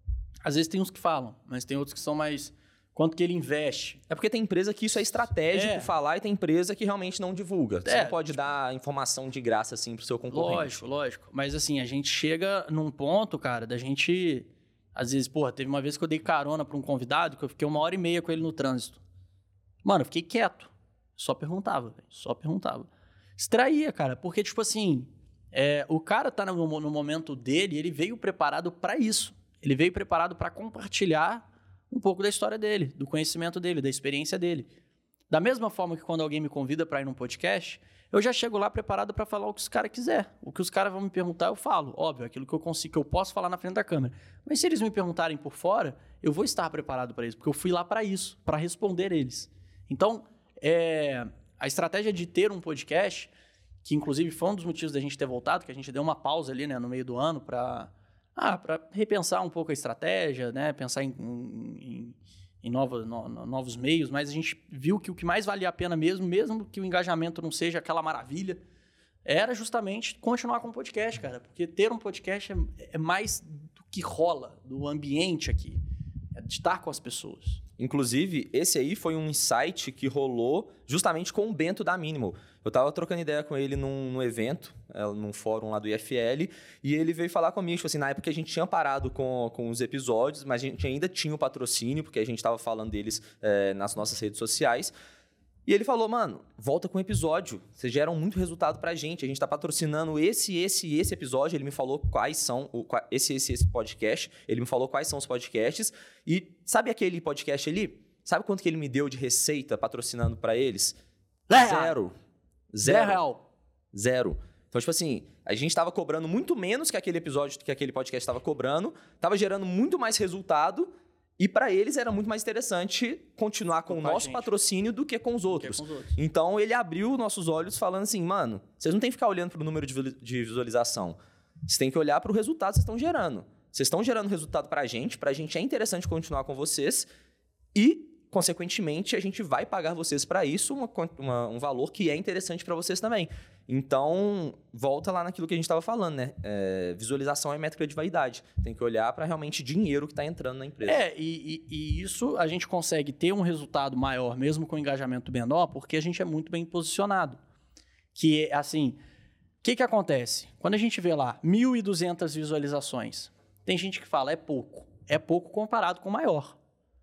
Às vezes tem uns que falam, mas tem outros que são mais... Quanto que ele investe. É porque tem empresa que isso é estratégico É. falar e tem empresa que realmente não divulga. Você É. não pode dar informação de graça assim pro seu concorrente. Lógico, lógico. Mas assim, a gente chega num ponto, cara, da gente... Às vezes, porra, teve uma vez que eu dei carona pra um convidado que eu fiquei uma hora e meia com ele no trânsito. Mano, eu fiquei quieto. Só perguntava, velho. Só perguntava. Extraía, cara. Porque, tipo assim, é, o cara tá no, no momento dele, ele veio preparado pra isso. Ele veio preparado pra compartilhar um pouco da história dele, do conhecimento dele, da experiência dele. Da mesma forma que quando alguém me convida pra ir num podcast, eu já chego lá preparado pra falar o que os caras quiser. O que os caras vão me perguntar, eu falo. Óbvio, aquilo que eu consigo, que eu posso falar na frente da câmera. Mas se eles me perguntarem por fora, eu vou estar preparado pra isso, porque eu fui lá pra isso, pra responder eles. Então, é, a estratégia de ter um podcast, que inclusive foi um dos motivos da gente ter voltado, que a gente deu uma pausa ali, né, no meio do ano para ah, para repensar um pouco a estratégia, né, pensar em, em, em novos, no, novos meios, mas a gente viu que o que mais valia a pena mesmo, mesmo que o engajamento não seja aquela maravilha, era justamente continuar com o podcast, cara, porque ter um podcast é, é mais do que rola, do ambiente aqui. é de estar com as pessoas. Inclusive, esse aí foi um insight que rolou justamente com o Bento da Minimal. Eu tava trocando ideia com ele num, num evento, é, num fórum lá do I F L, e ele veio falar comigo, tipo assim, na época a gente tinha parado com, com os episódios, mas a gente ainda tinha o patrocínio, porque a gente tava falando deles é, nas nossas redes sociais. E ele falou, mano, volta com o episódio, vocês geram muito resultado pra gente, a gente tá patrocinando esse, esse e esse episódio, ele me falou quais são, o, esse, esse, esse podcast, ele me falou quais são os podcasts, e sabe aquele podcast ali? Sabe quanto que ele me deu de receita patrocinando pra eles? Zero. Zero. Real. Zero. Então, tipo assim, a gente tava cobrando muito menos que aquele episódio, que aquele podcast tava cobrando, tava gerando muito mais resultado, e para eles era muito mais interessante continuar com o nosso patrocínio do que com os outros. Com os outros. Então, ele abriu nossos olhos falando assim, mano, vocês não tem que ficar olhando para o número de visualização. Vocês têm que olhar para o resultado que vocês estão gerando. Vocês estão gerando resultado para a gente, para a gente é interessante continuar com vocês e, consequentemente, a gente vai pagar vocês para isso uma, uma, um valor que é interessante para vocês também. Então, volta lá naquilo que a gente estava falando, né? É, visualização é métrica de vaidade. Tem que olhar para realmente dinheiro que está entrando na empresa. É, e, e, e isso a gente consegue ter um resultado maior, mesmo com engajamento menor, porque a gente é muito bem posicionado. Que, assim, o que, que acontece? Quando a gente vê lá mil e duzentas visualizações, tem gente que fala, é pouco. É pouco comparado com o maior.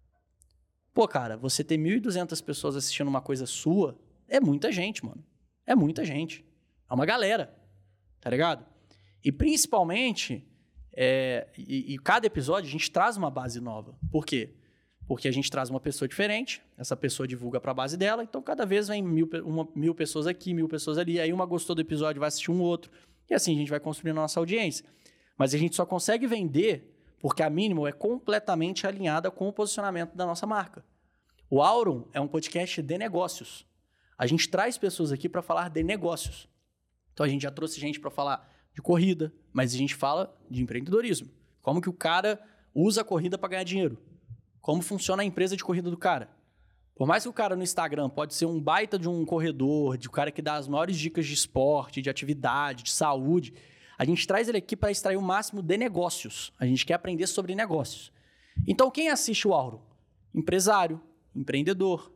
Pô, cara, você ter mil e duzentas pessoas assistindo uma coisa sua, é muita gente, mano. É muita gente. É uma galera, tá ligado? E principalmente, é, e, e cada episódio a gente traz uma base nova. Por quê? Porque a gente traz uma pessoa diferente, essa pessoa divulga pra base dela, então cada vez vem mil, uma, mil pessoas aqui, mil pessoas ali, aí uma gostou do episódio, vai assistir um outro, e assim a gente vai construindo a nossa audiência. Mas a gente só consegue vender porque a Minimal é completamente alinhada com o posicionamento da nossa marca. O Aurum é um podcast de negócios. A gente traz pessoas aqui para falar de negócios. Então, a gente já trouxe gente para falar de corrida, mas a gente fala de empreendedorismo. Como que o cara usa a corrida para ganhar dinheiro. Como funciona a empresa de corrida do cara. Por mais que o cara no Instagram pode ser um baita de um corredor, de um cara que dá as maiores dicas de esporte, de atividade, de saúde, a gente traz ele aqui para extrair o máximo de negócios. A gente quer aprender sobre negócios. Então, quem assiste o Aurum? Empresário, empreendedor,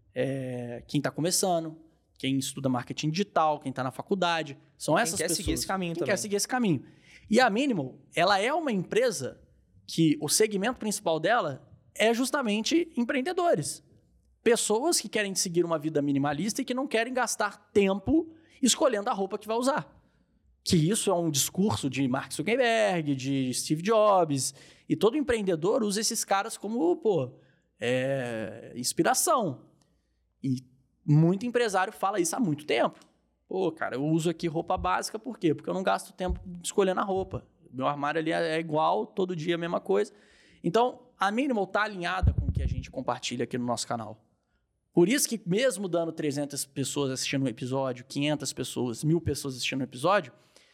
É, quem está começando, quem estuda marketing digital, quem está na faculdade, são essas pessoas. Quem quer seguir esse caminho quem também. quer seguir esse caminho. E a Minimal, ela é uma empresa que o segmento principal dela é justamente empreendedores. Pessoas que querem seguir uma vida minimalista e que não querem gastar tempo escolhendo a roupa que vai usar. Que isso é um discurso de Mark Zuckerberg, de Steve Jobs, e todo empreendedor usa esses caras como, pô, é, inspiração. E muito empresário fala isso há muito tempo. Pô, cara, eu uso aqui roupa básica, por quê? Porque eu não gasto tempo escolhendo a roupa. Meu armário ali é igual, todo dia a mesma coisa. Então, a Minimal está alinhada com o que a gente compartilha aqui no nosso canal. Por isso que mesmo dando trezentas pessoas assistindo um episódio, quinhentas pessoas, mil pessoas assistindo um episódio,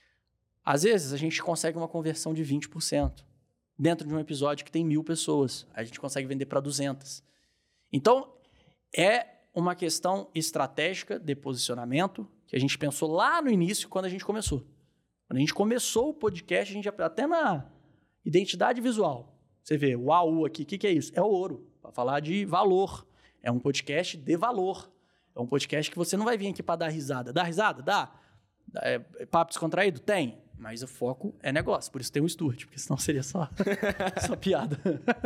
às vezes a gente consegue uma conversão de vinte por cento. Dentro de um episódio que tem mil pessoas, a gente consegue vender para duzentas. Então, é uma questão estratégica de posicionamento que a gente pensou lá no início, quando a gente começou. Quando a gente começou o podcast, a gente até na identidade visual. Você vê o A U aqui, o que, que é isso? É ouro, para falar de valor. É um podcast de valor. É um podcast que você não vai vir aqui para dar risada. Dá risada? Dá. É, é papo descontraído? Tem. Mas o foco é negócio. Por isso tem um Stuart, porque senão seria só, só piada.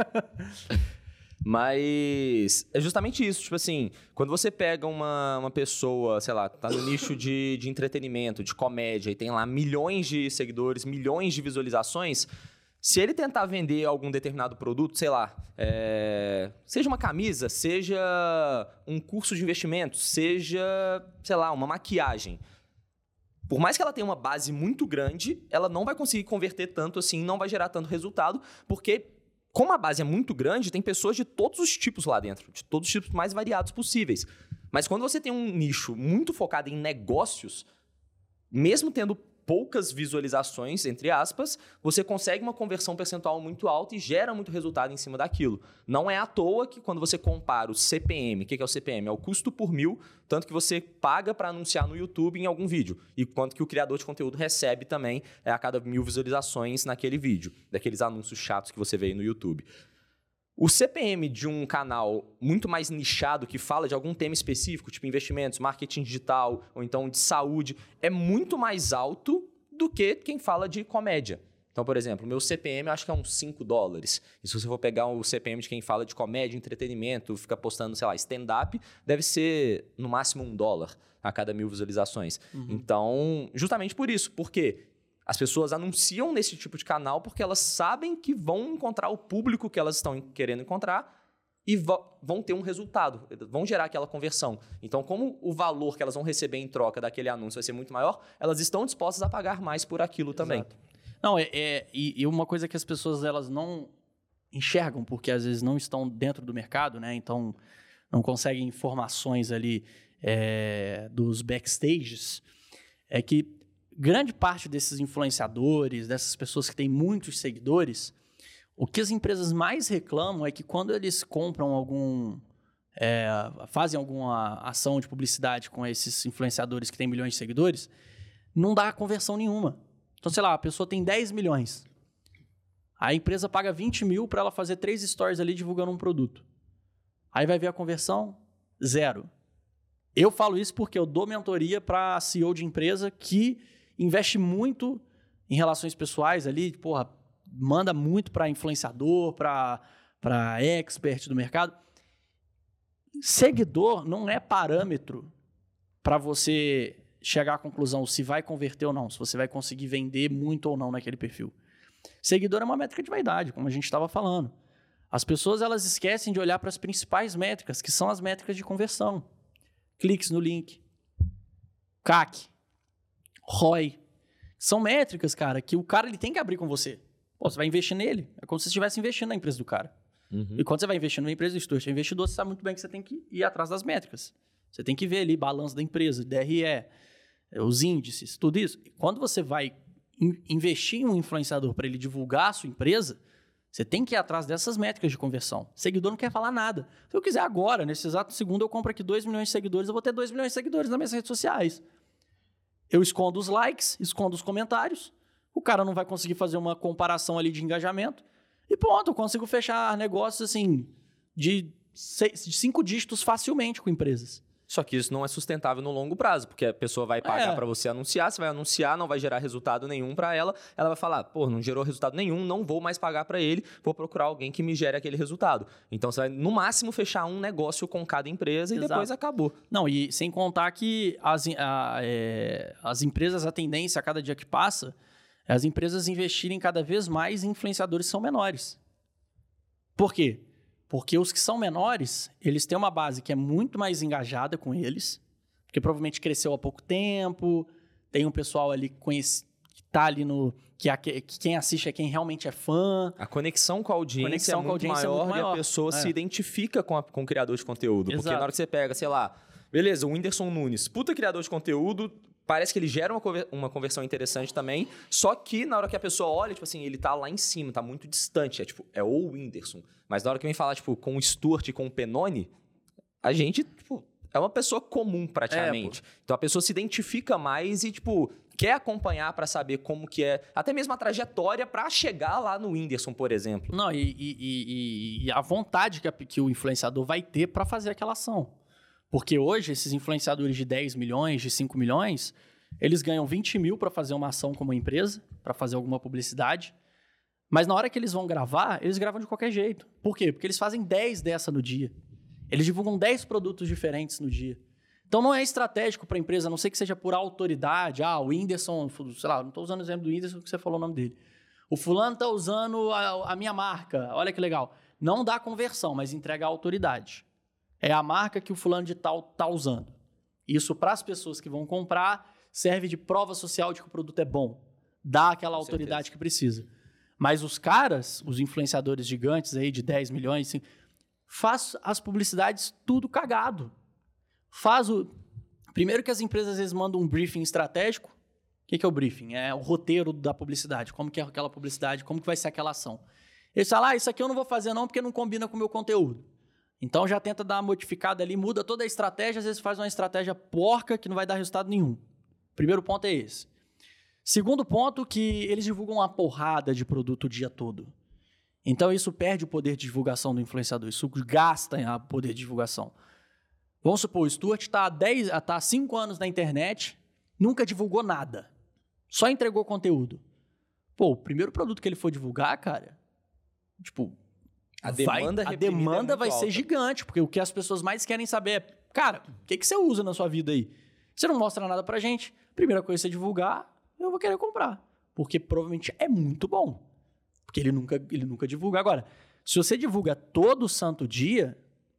Mas é justamente isso, tipo assim, quando você pega uma, uma pessoa, sei lá, tá no nicho de, de entretenimento, de comédia, e tem lá milhões de seguidores, milhões de visualizações, se ele tentar vender algum determinado produto, sei lá, é, seja uma camisa, seja um curso de investimento, seja, sei lá, uma maquiagem, por mais que ela tenha uma base muito grande, ela não vai conseguir converter tanto assim, não vai gerar tanto resultado, porque como a base é muito grande, tem pessoas de todos os tipos lá dentro, de todos os tipos mais variados possíveis. Mas quando você tem um nicho muito focado em negócios, mesmo tendo poucas visualizações, entre aspas, você consegue uma conversão percentual muito alta e gera muito resultado em cima daquilo. Não é à toa que quando você compara o C P M, o que é o C P M? É o custo por mil, tanto que você paga para anunciar no YouTube em algum vídeo, e quanto que o criador de conteúdo recebe também é a cada mil visualizações naquele vídeo, daqueles anúncios chatos que você vê aí no YouTube. O C P M de um canal muito mais nichado, que fala de algum tema específico, tipo investimentos, marketing digital, ou então de saúde, é muito mais alto do que quem fala de comédia. Então, por exemplo, o meu C P M eu acho que é uns cinco dólares. E se você for pegar o C P M de quem fala de comédia, entretenimento, fica postando, sei lá, stand-up, deve ser no máximo um dólar a cada mil visualizações. Uhum. Então, justamente por isso. Por quê? As pessoas anunciam nesse tipo de canal porque elas sabem que vão encontrar o público que elas estão querendo encontrar e vão ter um resultado, vão gerar aquela conversão. Então, como o valor que elas vão receber em troca daquele anúncio vai ser muito maior, elas estão dispostas a pagar mais por aquilo também. Exato. Não, é, é e, e uma coisa que as pessoas elas não enxergam, porque às vezes não estão dentro do mercado, né? Então, não conseguem informações ali é, dos backstages, é que grande parte desses influenciadores, dessas pessoas que têm muitos seguidores, o que as empresas mais reclamam é que quando eles compram algum... É, fazem alguma ação de publicidade com esses influenciadores que têm milhões de seguidores, não dá conversão nenhuma. Então, sei lá, a pessoa tem dez milhões. A empresa paga vinte mil para ela fazer três stories ali divulgando um produto. Aí vai ver a conversão, zero. Eu falo isso porque eu dou mentoria para C E O de empresa que investe muito em relações pessoais ali, porra, manda muito para influenciador, para expert do mercado. Seguidor não é parâmetro para você chegar à conclusão se vai converter ou não, se você vai conseguir vender muito ou não naquele perfil. Seguidor é uma métrica de vaidade, como a gente estava falando. As pessoas elas esquecem de olhar para as principais métricas, que são as métricas de conversão. Cliques no link, C A C, R O I. São métricas, cara, que o cara ele tem que abrir com você. Pô, você vai investir nele. É como se você estivesse investindo na empresa do cara. Uhum. E quando você vai investir numa empresa do você é investidor, você sabe muito bem que você tem que ir atrás das métricas. Você tem que ver ali balanço da empresa, D R E, os índices, tudo isso. E quando você vai in- investir em um influenciador para ele divulgar a sua empresa, você tem que ir atrás dessas métricas de conversão. Seguidor não quer falar nada. Se eu quiser agora, nesse exato segundo, eu compro aqui dois milhões de seguidores, eu vou ter dois milhões de seguidores nas minhas redes sociais. Eu escondo os likes, escondo os comentários, o cara não vai conseguir fazer uma comparação ali de engajamento, e pronto, eu consigo fechar negócios assim, de, seis, de cinco dígitos facilmente com empresas. Só que isso não é sustentável no longo prazo, porque a pessoa vai pagar é. para você anunciar, você vai anunciar, não vai gerar resultado nenhum para ela, ela vai falar, pô, não gerou resultado nenhum, não vou mais pagar para ele, vou procurar alguém que me gere aquele resultado. Então você vai, no máximo, fechar um negócio com cada empresa e Exato. Depois acabou. Não, e sem contar que as, a, é, as empresas, a tendência a cada dia que passa, é as empresas investirem cada vez mais em influenciadores que são menores. Por quê? Porque os que são menores, eles têm uma base que é muito mais engajada com eles, porque provavelmente cresceu há pouco tempo, tem um pessoal ali que, conhece, que tá ali no... Que, a, que quem assiste é quem realmente é fã. A conexão com a audiência, conexão é, muito audiência maior, é muito maior e a pessoa é. se identifica com, a, com o criador de conteúdo. Exato. Porque na hora que você pega, sei lá, beleza, o Whindersson Nunes, puta criador de conteúdo, parece que ele gera uma, uma conversão interessante também, só que na hora que a pessoa olha, tipo assim, ele tá lá em cima, tá muito distante, é tipo, é o Whindersson. Mas na hora que vem falar, tipo, com o Stuart e com o Pennoni, a gente, tipo, é uma pessoa comum praticamente. É, então a pessoa se identifica mais e, tipo, quer acompanhar para saber como que é, até mesmo a trajetória para chegar lá no Whindersson, por exemplo. Não, e, e, e, e a vontade que, a, que o influenciador vai ter para fazer aquela ação. Porque hoje, esses influenciadores de dez milhões, de cinco milhões, eles ganham vinte mil para fazer uma ação como empresa, para fazer alguma publicidade. Mas na hora que eles vão gravar, eles gravam de qualquer jeito. Por quê? Porque eles fazem dez dessa no dia. Eles divulgam dez produtos diferentes no dia. Então não é estratégico para a empresa, a não sei que seja por autoridade. Ah, o Whindersson, sei lá, não estou usando o exemplo do Whindersson porque você falou o nome dele. O fulano está usando a, a minha marca, olha que legal. Não dá conversão, mas entrega a autoridade. É a marca que o fulano de tal está usando. Isso, para as pessoas que vão comprar, serve de prova social de que o produto é bom. Dá aquela Com autoridade certeza. Que precisa. Mas os caras, os influenciadores gigantes aí de dez milhões, assim, faz as publicidades tudo cagado. Faz o... Primeiro que as empresas às vezes mandam um briefing estratégico. O que, que é o briefing? É o roteiro da publicidade. Como que é aquela publicidade, como que vai ser aquela ação. Eles falam, ah, isso aqui eu não vou fazer não porque não combina com o meu conteúdo. Então já tenta dar uma modificada ali, muda toda a estratégia, às vezes faz uma estratégia porca que não vai dar resultado nenhum. Primeiro ponto é esse. Segundo ponto, que eles divulgam uma porrada de produto o dia todo. Então, isso perde o poder de divulgação do influenciador. Isso gasta o poder de divulgação. Vamos supor, o Stuart está há, dez, tá há cinco anos na internet, nunca divulgou nada. Só entregou conteúdo. Pô, o primeiro produto que ele for divulgar, cara, tipo, A vai, demanda, a reprimida demanda é vai muito ser alta. gigante, porque o que as pessoas mais querem saber é, cara, o que, que você usa na sua vida aí? Você não mostra nada pra gente. Primeira coisa que você divulgar, eu vou querer comprar. Porque provavelmente é muito bom. Porque ele nunca, ele nunca divulga. Agora, se você divulga todo santo dia,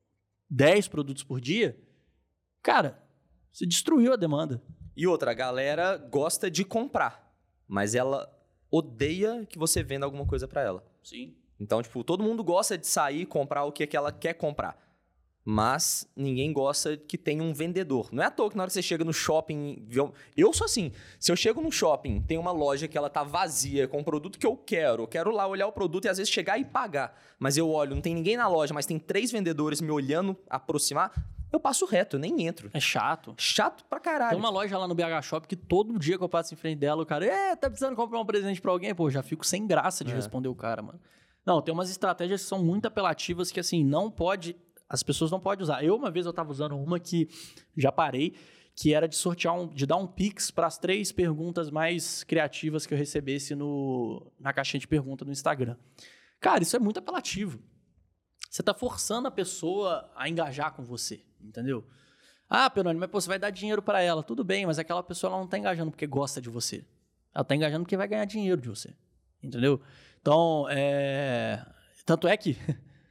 dez produtos por dia, cara, você destruiu a demanda. E outra, a galera gosta de comprar, mas ela odeia que você venda alguma coisa pra ela. Sim. Então, tipo, todo mundo gosta de sair e comprar o que, que ela quer comprar. Mas ninguém gosta que tenha um vendedor. Não é à toa que na hora que você chega no shopping... vê um- Eu sou assim. Se eu chego no shopping, tem uma loja que ela tá vazia com o produto que eu quero. Eu quero lá olhar o produto e às vezes chegar e pagar. Mas eu olho, não tem ninguém na loja, mas tem três vendedores me olhando aproximar. Eu passo reto, eu nem entro. É chato. Chato pra caralho. Tem uma loja lá no B H Shop que todo dia que eu passo em frente dela, o cara, é, tá precisando comprar um presente pra alguém? Pô, já fico sem graça de É. responder o cara, mano. Não, tem umas estratégias que são muito apelativas que, assim, não pode... As pessoas não podem usar. Eu, uma vez, eu tava usando uma que já parei, que era de sortear, um, de dar um pix para as três perguntas mais criativas que eu recebesse no, na caixinha de pergunta no Instagram. Cara, isso é muito apelativo. Você tá forçando a pessoa a engajar com você, entendeu? Ah, Peroni, mas pô, você vai dar dinheiro para ela. Tudo bem, mas aquela pessoa ela não tá engajando porque gosta de você. Ela tá engajando porque vai ganhar dinheiro de você, entendeu? Então, é... Tanto é que...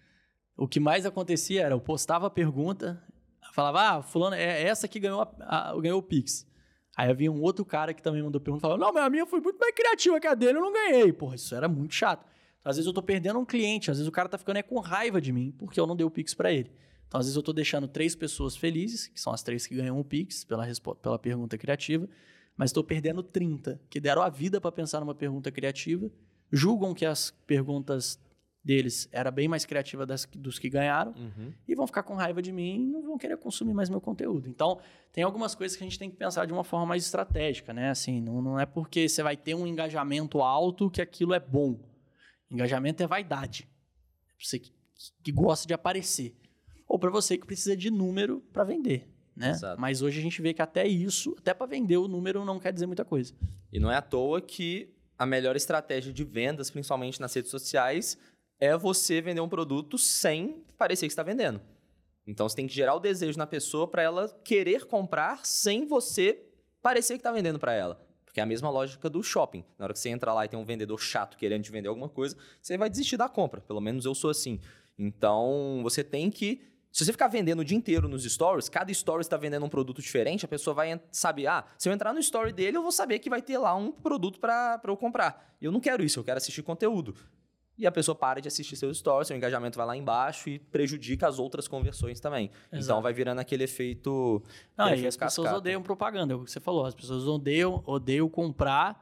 O que mais acontecia era, eu postava a pergunta, falava, ah, fulano, é essa que ganhou, a, a, ganhou o Pix. Aí havia um outro cara que também mandou pergunta, falava, não, mas a minha foi muito mais criativa que a dele, eu não ganhei. Porra, isso era muito chato. Às vezes eu tô perdendo um cliente, às vezes o cara tá ficando é, com raiva de mim, porque eu não dei o Pix pra ele. Então, às vezes eu tô deixando três pessoas felizes, que são as três que ganham o Pix, pela, resposta, pela pergunta criativa, mas tô perdendo trinta, que deram a vida pra pensar numa pergunta criativa, julgam que as perguntas... deles era bem mais criativa das, dos que ganharam Uhum. e vão ficar com raiva de mim e não vão querer consumir mais meu conteúdo. Então, tem algumas coisas que a gente tem que pensar de uma forma mais estratégica, né? Assim, não, não é porque você vai ter um engajamento alto que aquilo é bom. Engajamento é vaidade. É você que, que gosta de aparecer. Ou para você que precisa de número para vender, né? Exato. Mas hoje a gente vê que até isso, até para vender o número não quer dizer muita coisa. E não é à toa que a melhor estratégia de vendas, principalmente nas redes sociais, é você vender um produto sem parecer que está vendendo. Então, você tem que gerar o desejo na pessoa para ela querer comprar sem você parecer que está vendendo para ela. Porque é a mesma lógica do shopping. Na hora que você entra lá e tem um vendedor chato querendo te vender alguma coisa, você vai desistir da compra. Pelo menos eu sou assim. Então, você tem que... Se você ficar vendendo o dia inteiro nos stories, cada story está vendendo um produto diferente, a pessoa vai saber, ah, se eu entrar no story dele, eu vou saber que vai ter lá um produto para eu comprar. E eu não quero isso, eu quero assistir conteúdo. E a pessoa para de assistir seus stories, seu engajamento vai lá embaixo e prejudica as outras conversões também. Exato. Então, vai virando aquele efeito... Não, aquele e efeito as pessoas cascata. odeiam propaganda, é o que você falou. As pessoas odeiam, odeiam comprar,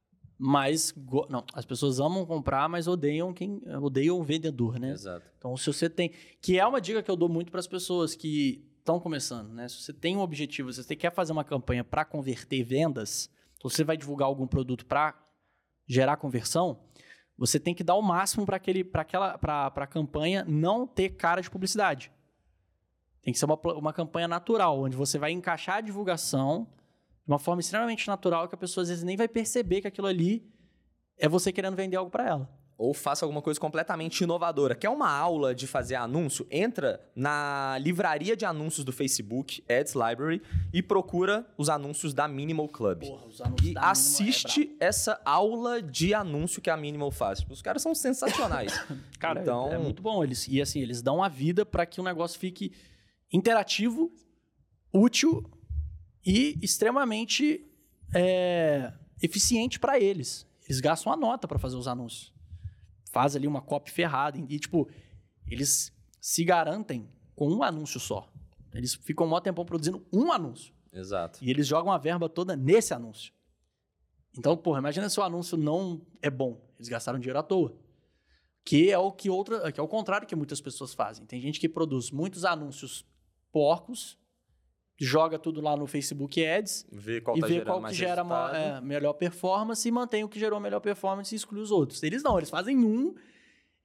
mas... Go... Não, as pessoas amam comprar, mas odeiam quem odeiam o vendedor, né? Exato. Então, se você tem... Que é uma dica que eu dou muito para as pessoas que estão começando, né? Se você tem um objetivo, se você quer fazer uma campanha para converter vendas, se você vai divulgar algum produto para gerar conversão, você tem que dar o máximo para aquele, para aquela, para a campanha não ter cara de publicidade. Tem que ser uma, uma campanha natural, onde você vai encaixar a divulgação de uma forma extremamente natural que a pessoa às vezes nem vai perceber que aquilo ali é você querendo vender algo para ela. Ou faça alguma coisa completamente inovadora. Quer uma aula de fazer anúncio? Entra na livraria de anúncios do Facebook, Ads Library, e procura os anúncios da Minimal Club. Porra, os anúncios E da Minimal é assiste essa aula de anúncio que a Minimal faz. Os caras são sensacionais. Cara, então, é, é muito bom. Eles, e assim, eles dão a vida para que o negócio fique interativo, útil e extremamente é, eficiente para eles. Eles gastam a nota para fazer os anúncios. Faz ali uma copy ferrada. E, tipo, eles se garantem com um anúncio só. Eles ficam um maior tempão produzindo um anúncio. Exato. E eles jogam a verba toda nesse anúncio. Então, porra, imagina se o anúncio não é bom. Eles gastaram dinheiro à toa. Que é o que outra, que é o contrário que muitas pessoas fazem. Tem gente que produz muitos anúncios porcos, joga tudo lá no Facebook Ads Vê qual e tá vê gerando qual que mais gera uma, resultado. é, melhor performance e mantém o que gerou melhor performance e exclui os outros. Eles não, eles fazem um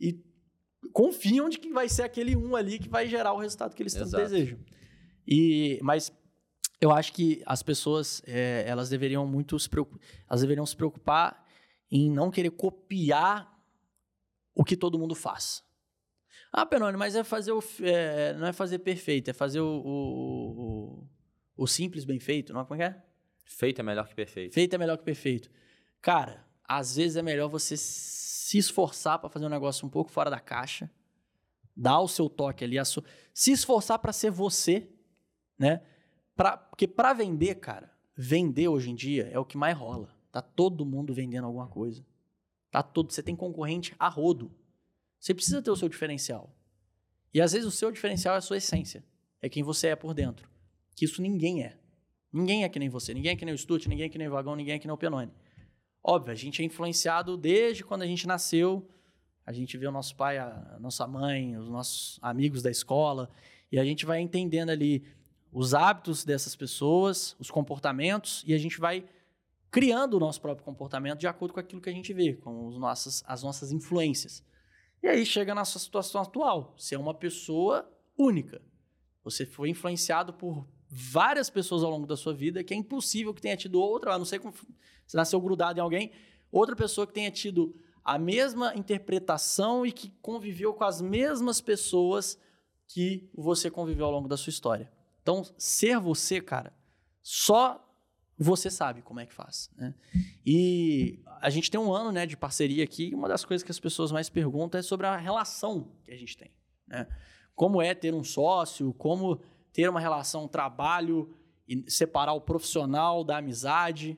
e confiam de que vai ser aquele um ali que vai gerar o resultado que eles tanto Exato. desejam. E, mas eu acho que as pessoas, é, elas deveriam muito se preocupar, elas deveriam se preocupar em não querer copiar o que todo mundo faz. Ah, Penone, mas é fazer o, é, não é fazer perfeito, é fazer o, o, o, o simples bem feito, não é? Como é que é? Feito é melhor que perfeito. Feito é melhor que perfeito. Cara, às vezes é melhor você se esforçar para fazer um negócio um pouco fora da caixa, dar o seu toque ali, a sua, se esforçar para ser você, né? Pra, porque para vender, cara, vender hoje em dia é o que mais rola. Tá todo mundo vendendo alguma coisa. Tá todo, você tem concorrente a rodo. Você precisa ter o seu diferencial. E às vezes o seu diferencial é a sua essência. É quem você é por dentro. Que isso ninguém é. Ninguém é que nem você. Ninguém é que nem o Sturt, ninguém é que nem o Vagão, ninguém é que nem o Penone. Óbvio, a gente é influenciado desde quando a gente nasceu. A gente vê o nosso pai, a nossa mãe, os nossos amigos da escola. E a gente vai entendendo ali os hábitos dessas pessoas, os comportamentos. E a gente vai criando o nosso próprio comportamento de acordo com aquilo que a gente vê, com os nossos, as nossas influências. E aí chega na sua situação atual. Você é uma pessoa única. Você foi influenciado por várias pessoas ao longo da sua vida, que é impossível que tenha tido outra, a não sei como você nasceu grudado em alguém, outra pessoa que tenha tido a mesma interpretação e que conviveu com as mesmas pessoas que você conviveu ao longo da sua história. Então, ser você, cara, só você sabe como é que faz, né? E a gente tem um ano, né, de parceria aqui, e uma das coisas que as pessoas mais perguntam é sobre a relação que a gente tem, né? Como é ter um sócio, como ter uma relação trabalho e separar o profissional da amizade.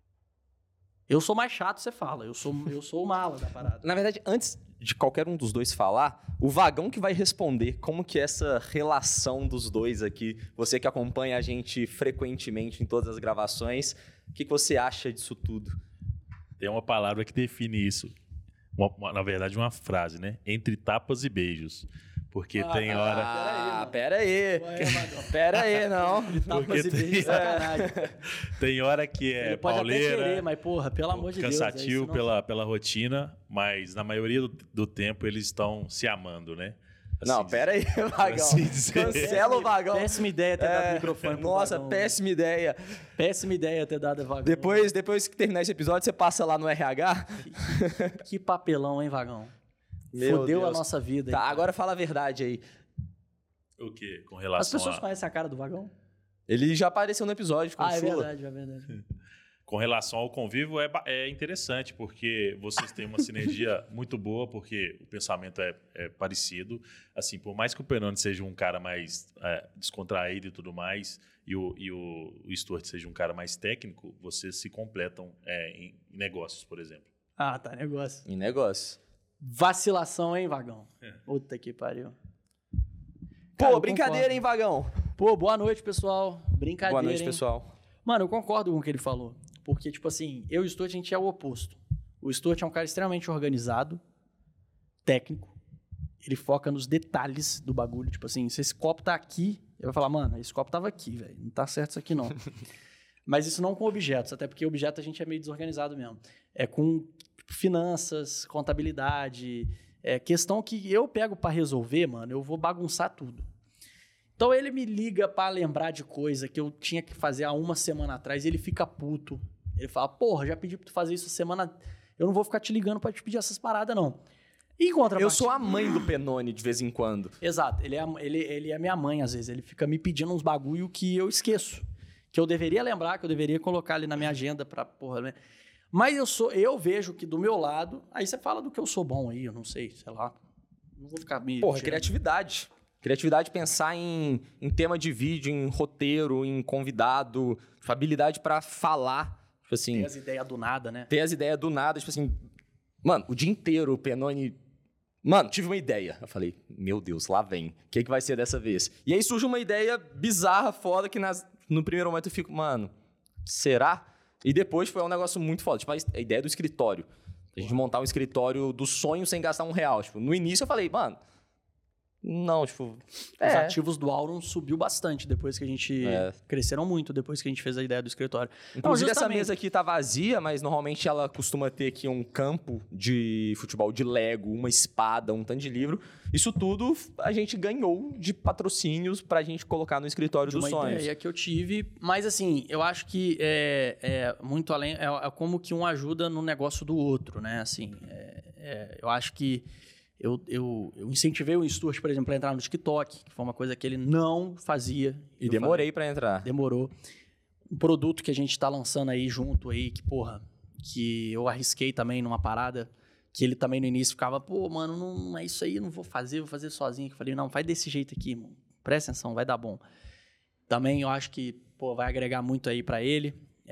Eu sou mais chato, você fala. Eu sou, eu sou o mala da parada. Na verdade, antes de qualquer um dos dois falar, o Vagão que vai responder como que é essa relação dos dois aqui. Você que acompanha a gente frequentemente em todas as gravações, o que, que você acha disso tudo? Tem uma palavra que define isso. Uma, uma, na verdade, uma frase, né? Entre tapas e beijos. Porque Ah, tem hora... Ah, pera aí. Ué, Vagão. Pera aí, não. Tapas e tem- beijos, sacanagem. Tem hora que é Ele pode pauleira, até querer, mas porra, pelo amor de Deus. é cansativo isso não- pela, pela rotina, mas na maioria do, do tempo eles estão se amando, né? Assim Não, dizer. pera aí, Vagão. assim dizer. Cancela o Vagão. Péssima ideia ter dado É, o microfone pro Nossa, Vagão. péssima ideia. Péssima ideia ter dado a Vagão. Depois, depois que terminar esse episódio, você passa lá no R H. Que papelão, hein, Vagão? Meu Fodeu Deus. a nossa vida. Tá, hein, cara. agora fala a verdade aí. O quê? Com As relação pessoas a... conhecem a cara do Vagão? Ele já apareceu no episódio, ficou Ah, é chula. verdade, é verdade. Com relação ao convívio, é, ba- é interessante, porque vocês têm uma sinergia muito boa, porque o pensamento é, é parecido. Assim, por mais que o Penone seja um cara mais é, descontraído e tudo mais, e o, e o, o Sturt seja um cara mais técnico, vocês se completam é, em, em negócios, por exemplo. Ah, tá, negócio. Em negócio. Vacilação, hein, Vagão? É. Puta que pariu. Pô, Cara, eu brincadeira, concordo. hein, Vagão? Pô, boa noite, pessoal. Brincadeira, Boa noite, hein? pessoal. Mano, eu concordo com o que ele falou. Porque, tipo assim, eu e o Sturt, a gente é o oposto. O Sturt é um cara extremamente organizado, técnico. Ele foca nos detalhes do bagulho. Tipo assim, se esse copo tá aqui, ele vai falar, mano, esse copo tava aqui, velho. Não tá certo isso aqui, não. Mas isso não com objetos, até porque objeto a gente é meio desorganizado mesmo. É com tipo, finanças, contabilidade, é questão que eu pego pra resolver, mano, eu vou bagunçar tudo. Então ele me liga pra lembrar de coisa que eu tinha que fazer há uma semana atrás, e ele fica puto. Ele fala, porra, já pedi pra tu fazer isso semana... Eu não vou ficar te ligando pra te pedir essas paradas, não. E em contrapartida... Eu sou a mãe do Penone de vez em quando. Exato, ele é, a- ele, ele é minha mãe, às vezes. Ele fica me pedindo uns bagulho que eu esqueço. Que eu deveria lembrar, que eu deveria colocar ali na minha agenda pra, porra, né? Mas eu sou, eu vejo que do meu lado... Aí você fala do que eu sou bom aí, eu não sei, sei lá. Não vou ficar me... Porra, tirando. criatividade. Criatividade, pensar em, em tema de vídeo, em roteiro, em convidado, tipo, habilidade pra falar, tipo assim, Tem as ideias do nada, né? ter as ideias do nada, tipo assim, mano, o dia inteiro o Penone, mano, tive uma ideia. Eu falei, meu Deus, lá vem, o que, que vai ser dessa vez? E aí surge uma ideia bizarra, foda, que nas, no primeiro momento eu fico, mano, será? E depois foi um negócio muito foda, tipo, a, a ideia do escritório. A gente montar um escritório do sonho sem gastar um real. Tipo, no início eu falei, mano, Não, tipo... Os é. ativos do Aurum subiu bastante depois que a gente... É. Cresceram muito depois que a gente fez a ideia do escritório. Inclusive, Não, essa justamente. mesa aqui tá vazia, mas normalmente ela costuma ter aqui um campo de futebol de Lego, uma espada, um tanto de livro. Isso tudo a gente ganhou de patrocínios pra gente colocar no escritório De dos uma sonhos. ideia que eu tive, mas assim, eu acho que é, é muito além, é, é como que um ajuda no negócio do outro, né? Assim, é, é, eu acho que eu, eu, eu incentivei o Stuart, por exemplo, a entrar no TikTok, que foi uma coisa que ele não fazia. E Eu demorei pra entrar. falei, demorou. Um produto que a gente tá lançando aí junto aí, que porra, que eu arrisquei também numa parada, que ele também no início ficava, pô, mano, não é isso aí, não vou fazer, vou fazer sozinho. Eu falei, não, faz desse jeito aqui, mano. Presta atenção, vai dar bom. Também eu acho que, pô, vai agregar muito aí pra ele.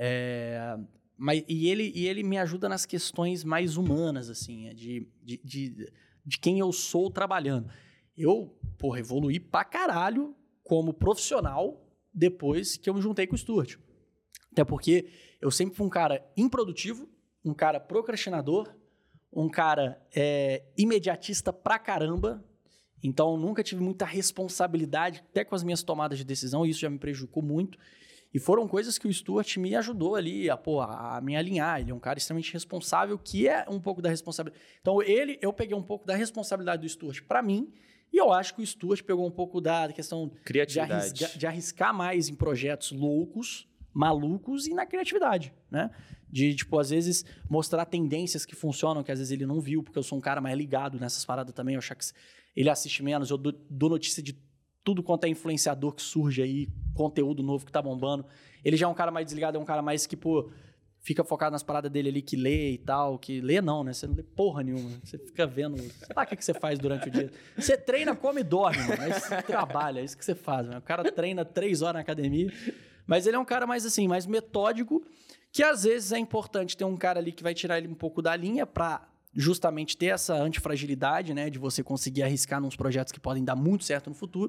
É, mas, e, ele e ele me ajuda nas questões mais humanas, assim, de, de, de, de quem eu sou trabalhando. Eu, porra, evoluí pra caralho como profissional depois que eu me juntei com o Stuart. Até porque eu sempre fui um cara improdutivo, um cara procrastinador, um cara é, imediatista pra caramba. Então, nunca tive muita responsabilidade, até com as minhas tomadas de decisão, e isso já me prejudicou muito. E foram coisas que o Stuart me ajudou ali a, pô, a me alinhar. Ele é um cara extremamente responsável, que é um pouco da responsabilidade. Então, ele, eu peguei um pouco da responsabilidade do Stuart para mim, e eu acho que o Stuart pegou um pouco da questão Criatividade. de arriscar, de arriscar mais em projetos loucos, malucos e na criatividade, né? De, tipo, às vezes, mostrar tendências que funcionam, que às vezes ele não viu, porque eu sou um cara mais ligado nessas paradas também. Eu acho que ele assiste menos, eu dou, dou notícia de tudo quanto é influenciador que surge aí, conteúdo novo que tá bombando. Ele já é um cara mais desligado, é um cara mais que, pô, fica focado nas paradas dele ali, que lê e tal, que lê não, né? Você não lê porra nenhuma. Você fica vendo, sei lá o que, que você faz durante o dia. Você treina, come e dorme, mano. Aí você trabalha, é isso que você faz, mano. O cara treina três horas na academia, mas ele é um cara mais assim, mais metódico, que às vezes é importante ter um cara ali que vai tirar ele um pouco da linha pra justamente ter essa antifragilidade, né? De você conseguir arriscar nos projetos que podem dar muito certo no futuro.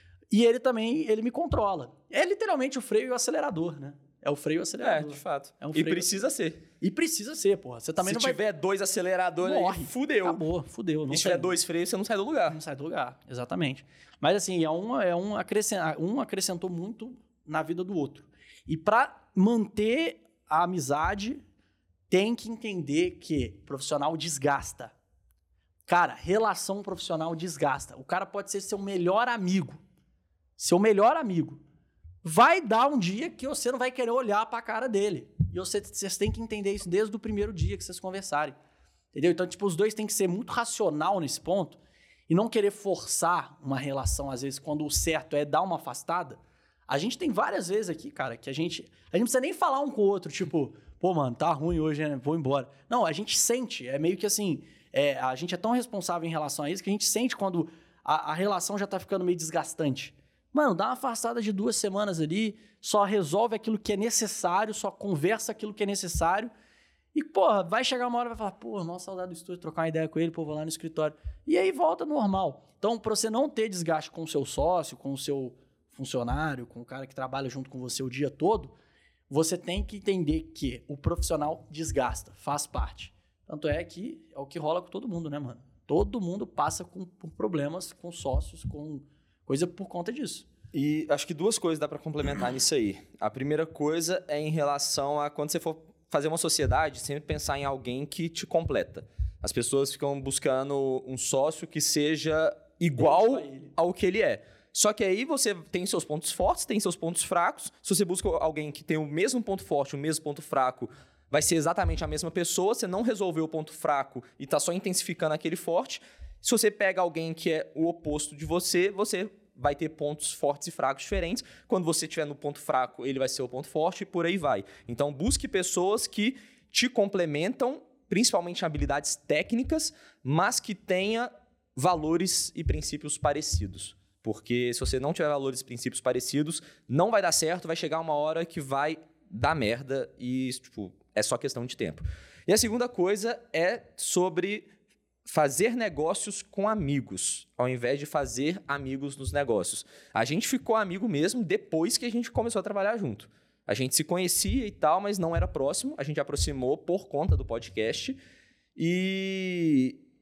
E ele também, ele me controla. É literalmente o freio e o acelerador, né? É o freio e o É, acelerador. de fato. É um E freio- precisa ser. E precisa ser, porra. Você também Se não vai... tiver dois aceleradores, Morre. aí, fudeu. Acabou, fudeu. Não E se tem- tiver dois freios, você não sai do lugar. Não sai do lugar, exatamente. Mas assim, é um, é um, acrescent... um acrescentou muito na vida do outro. E para manter a amizade, tem que entender que profissional desgasta. Cara, relação profissional desgasta. O cara pode ser seu melhor amigo. Seu melhor amigo. Vai dar um dia que você não vai querer olhar para a cara dele. E você, vocês têm que entender isso desde o primeiro dia que vocês conversarem. Entendeu? Então, tipo, os dois têm que ser muito racional nesse ponto e não querer forçar uma relação, às vezes, quando o certo é dar uma afastada. A gente tem várias vezes aqui, cara, que a gente... A gente não precisa nem falar um com o outro, tipo... Pô, mano, tá ruim hoje, né? Vou embora. Não, a gente sente. É meio que assim... É, a gente é tão responsável em relação a isso que a gente sente quando a, a relação já tá ficando meio desgastante. Mano, dá uma afastada de duas semanas ali, só resolve aquilo que é necessário, só conversa aquilo que é necessário. E, porra, vai chegar uma hora e vai falar, pô, mal saudade do estúdio, trocar uma ideia com ele, pô, vou lá no escritório. E aí volta normal. Então, pra você não ter desgaste com o seu sócio, com o seu funcionário, com o cara que trabalha junto com você o dia todo, você tem que entender que o profissional desgasta, faz parte. Tanto é que é o que rola com todo mundo, né, mano? Todo mundo passa com, por problemas com sócios, com coisa por conta disso. E acho que duas coisas dá pra complementar nisso aí. A primeira coisa é em relação a quando você for fazer uma sociedade, sempre pensar em alguém que te completa. As pessoas ficam buscando um sócio que seja igual a ele. ao que ele é. Só que aí você tem seus pontos fortes, tem seus pontos fracos. Se você busca alguém que tem o mesmo ponto forte, o mesmo ponto fraco, vai ser exatamente a mesma pessoa. Você não resolveu o ponto fraco e tá só intensificando aquele forte. Se você pega alguém que é o oposto de você, você vai ter pontos fortes e fracos diferentes. Quando você estiver no ponto fraco, ele vai ser o ponto forte e por aí vai. Então, busque pessoas que te complementam, principalmente em habilidades técnicas, mas que tenha valores e princípios parecidos. Porque se você não tiver valores e princípios parecidos, não vai dar certo, vai chegar uma hora que vai dar merda e, tipo, é só questão de tempo. E a segunda coisa é sobre fazer negócios com amigos, ao invés de fazer amigos nos negócios. A gente ficou amigo mesmo depois que a gente começou a trabalhar junto. A gente se conhecia e tal, mas não era próximo. A gente aproximou por conta do podcast. E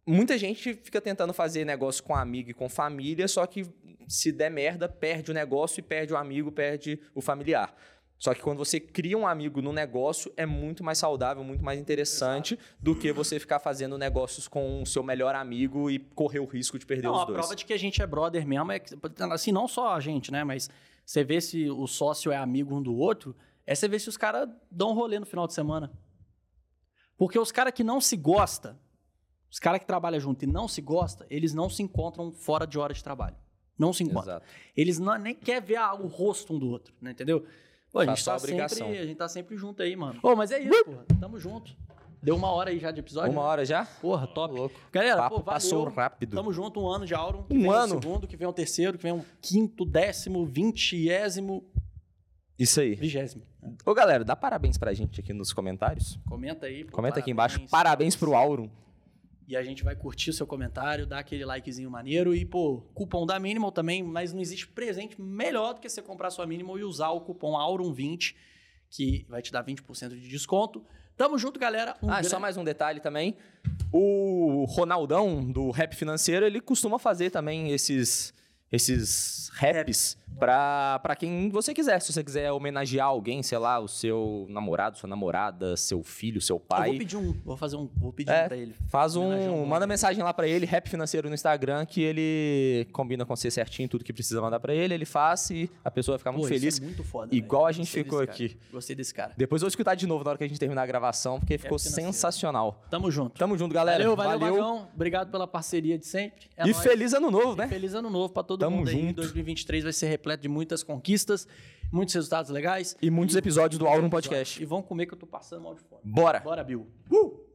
muita gente fica tentando fazer negócio com amigo e com família, só que se der merda, perde o negócio e perde o amigo, perde o familiar. Só que quando você cria um amigo no negócio, é muito mais saudável, muito mais interessante Exato. Do que você ficar fazendo negócios com o seu melhor amigo e correr o risco de perder não, os a dois. A prova de que a gente é brother mesmo é que, assim, não só a gente, né? Mas você vê se o sócio é amigo um do outro, é você ver se os caras dão um rolê no final de semana. Porque os caras que não se gostam, os caras que trabalham junto e não se gostam, eles não se encontram fora de hora de trabalho. Não se encontram. Exato. Eles não, nem querem ver a, o rosto um do outro, né? Entendeu? Pô, a, gente tá sempre, a gente tá sempre junto aí, mano. Ô, mas é isso, porra. Tamo junto. Deu uma hora aí já de episódio? Uma hora já? Porra, top. Louco. Galera, Papo pô, valeu. Passou rápido. Tamo junto, um ano de Aurum. Um ano? Um segundo, que vem um terceiro, que vem um quinto, décimo, vingésimo. Isso aí. Vigésimo. Ô, galera, dá parabéns pra gente aqui nos comentários. Comenta aí. Pô, Comenta parabéns, aqui embaixo. Parabéns pro Aurum. E a gente vai curtir o seu comentário, dar aquele likezinho maneiro e, pô, cupom da Minimal também, mas não existe presente melhor do que você comprar sua Minimal e usar o cupom Aurum vinte, que vai te dar vinte por cento de desconto. Tamo junto, galera. Um ah, grande... só mais um detalhe também. O Ronaldão, do Rap Financeiro, ele costuma fazer também esses, esses raps Rap. pra, pra quem você quiser. Se você quiser homenagear alguém, sei lá, o seu namorado, sua namorada, seu filho, seu pai. Eu vou pedir um, vou fazer um, vou pedir é, um pra ele. Faz um, manda mensagem lá pra ele, Rap Financeiro no Instagram, que ele combina com você certinho tudo que precisa mandar pra ele, ele faz e a pessoa vai ficar muito Pô, feliz. Isso é muito foda, igual véio. a gente ficou aqui. Gostei desse cara. Depois eu vou escutar de novo na hora que a gente terminar a gravação, porque ficou sensacional. Tamo junto. Tamo junto, galera. Valeu, valeu, valeu. Magão. Obrigado pela parceria de sempre. É e nóis. Feliz ano novo, né? E feliz ano novo pra todo Tamo mundo junto. aí. dois mil e vinte e três vai ser repleto de muitas conquistas, muitos resultados legais. E muitos episódios do Aurum Podcast. E vão comer que eu tô passando mal de fome. Bora. Bora, Bill. Uh!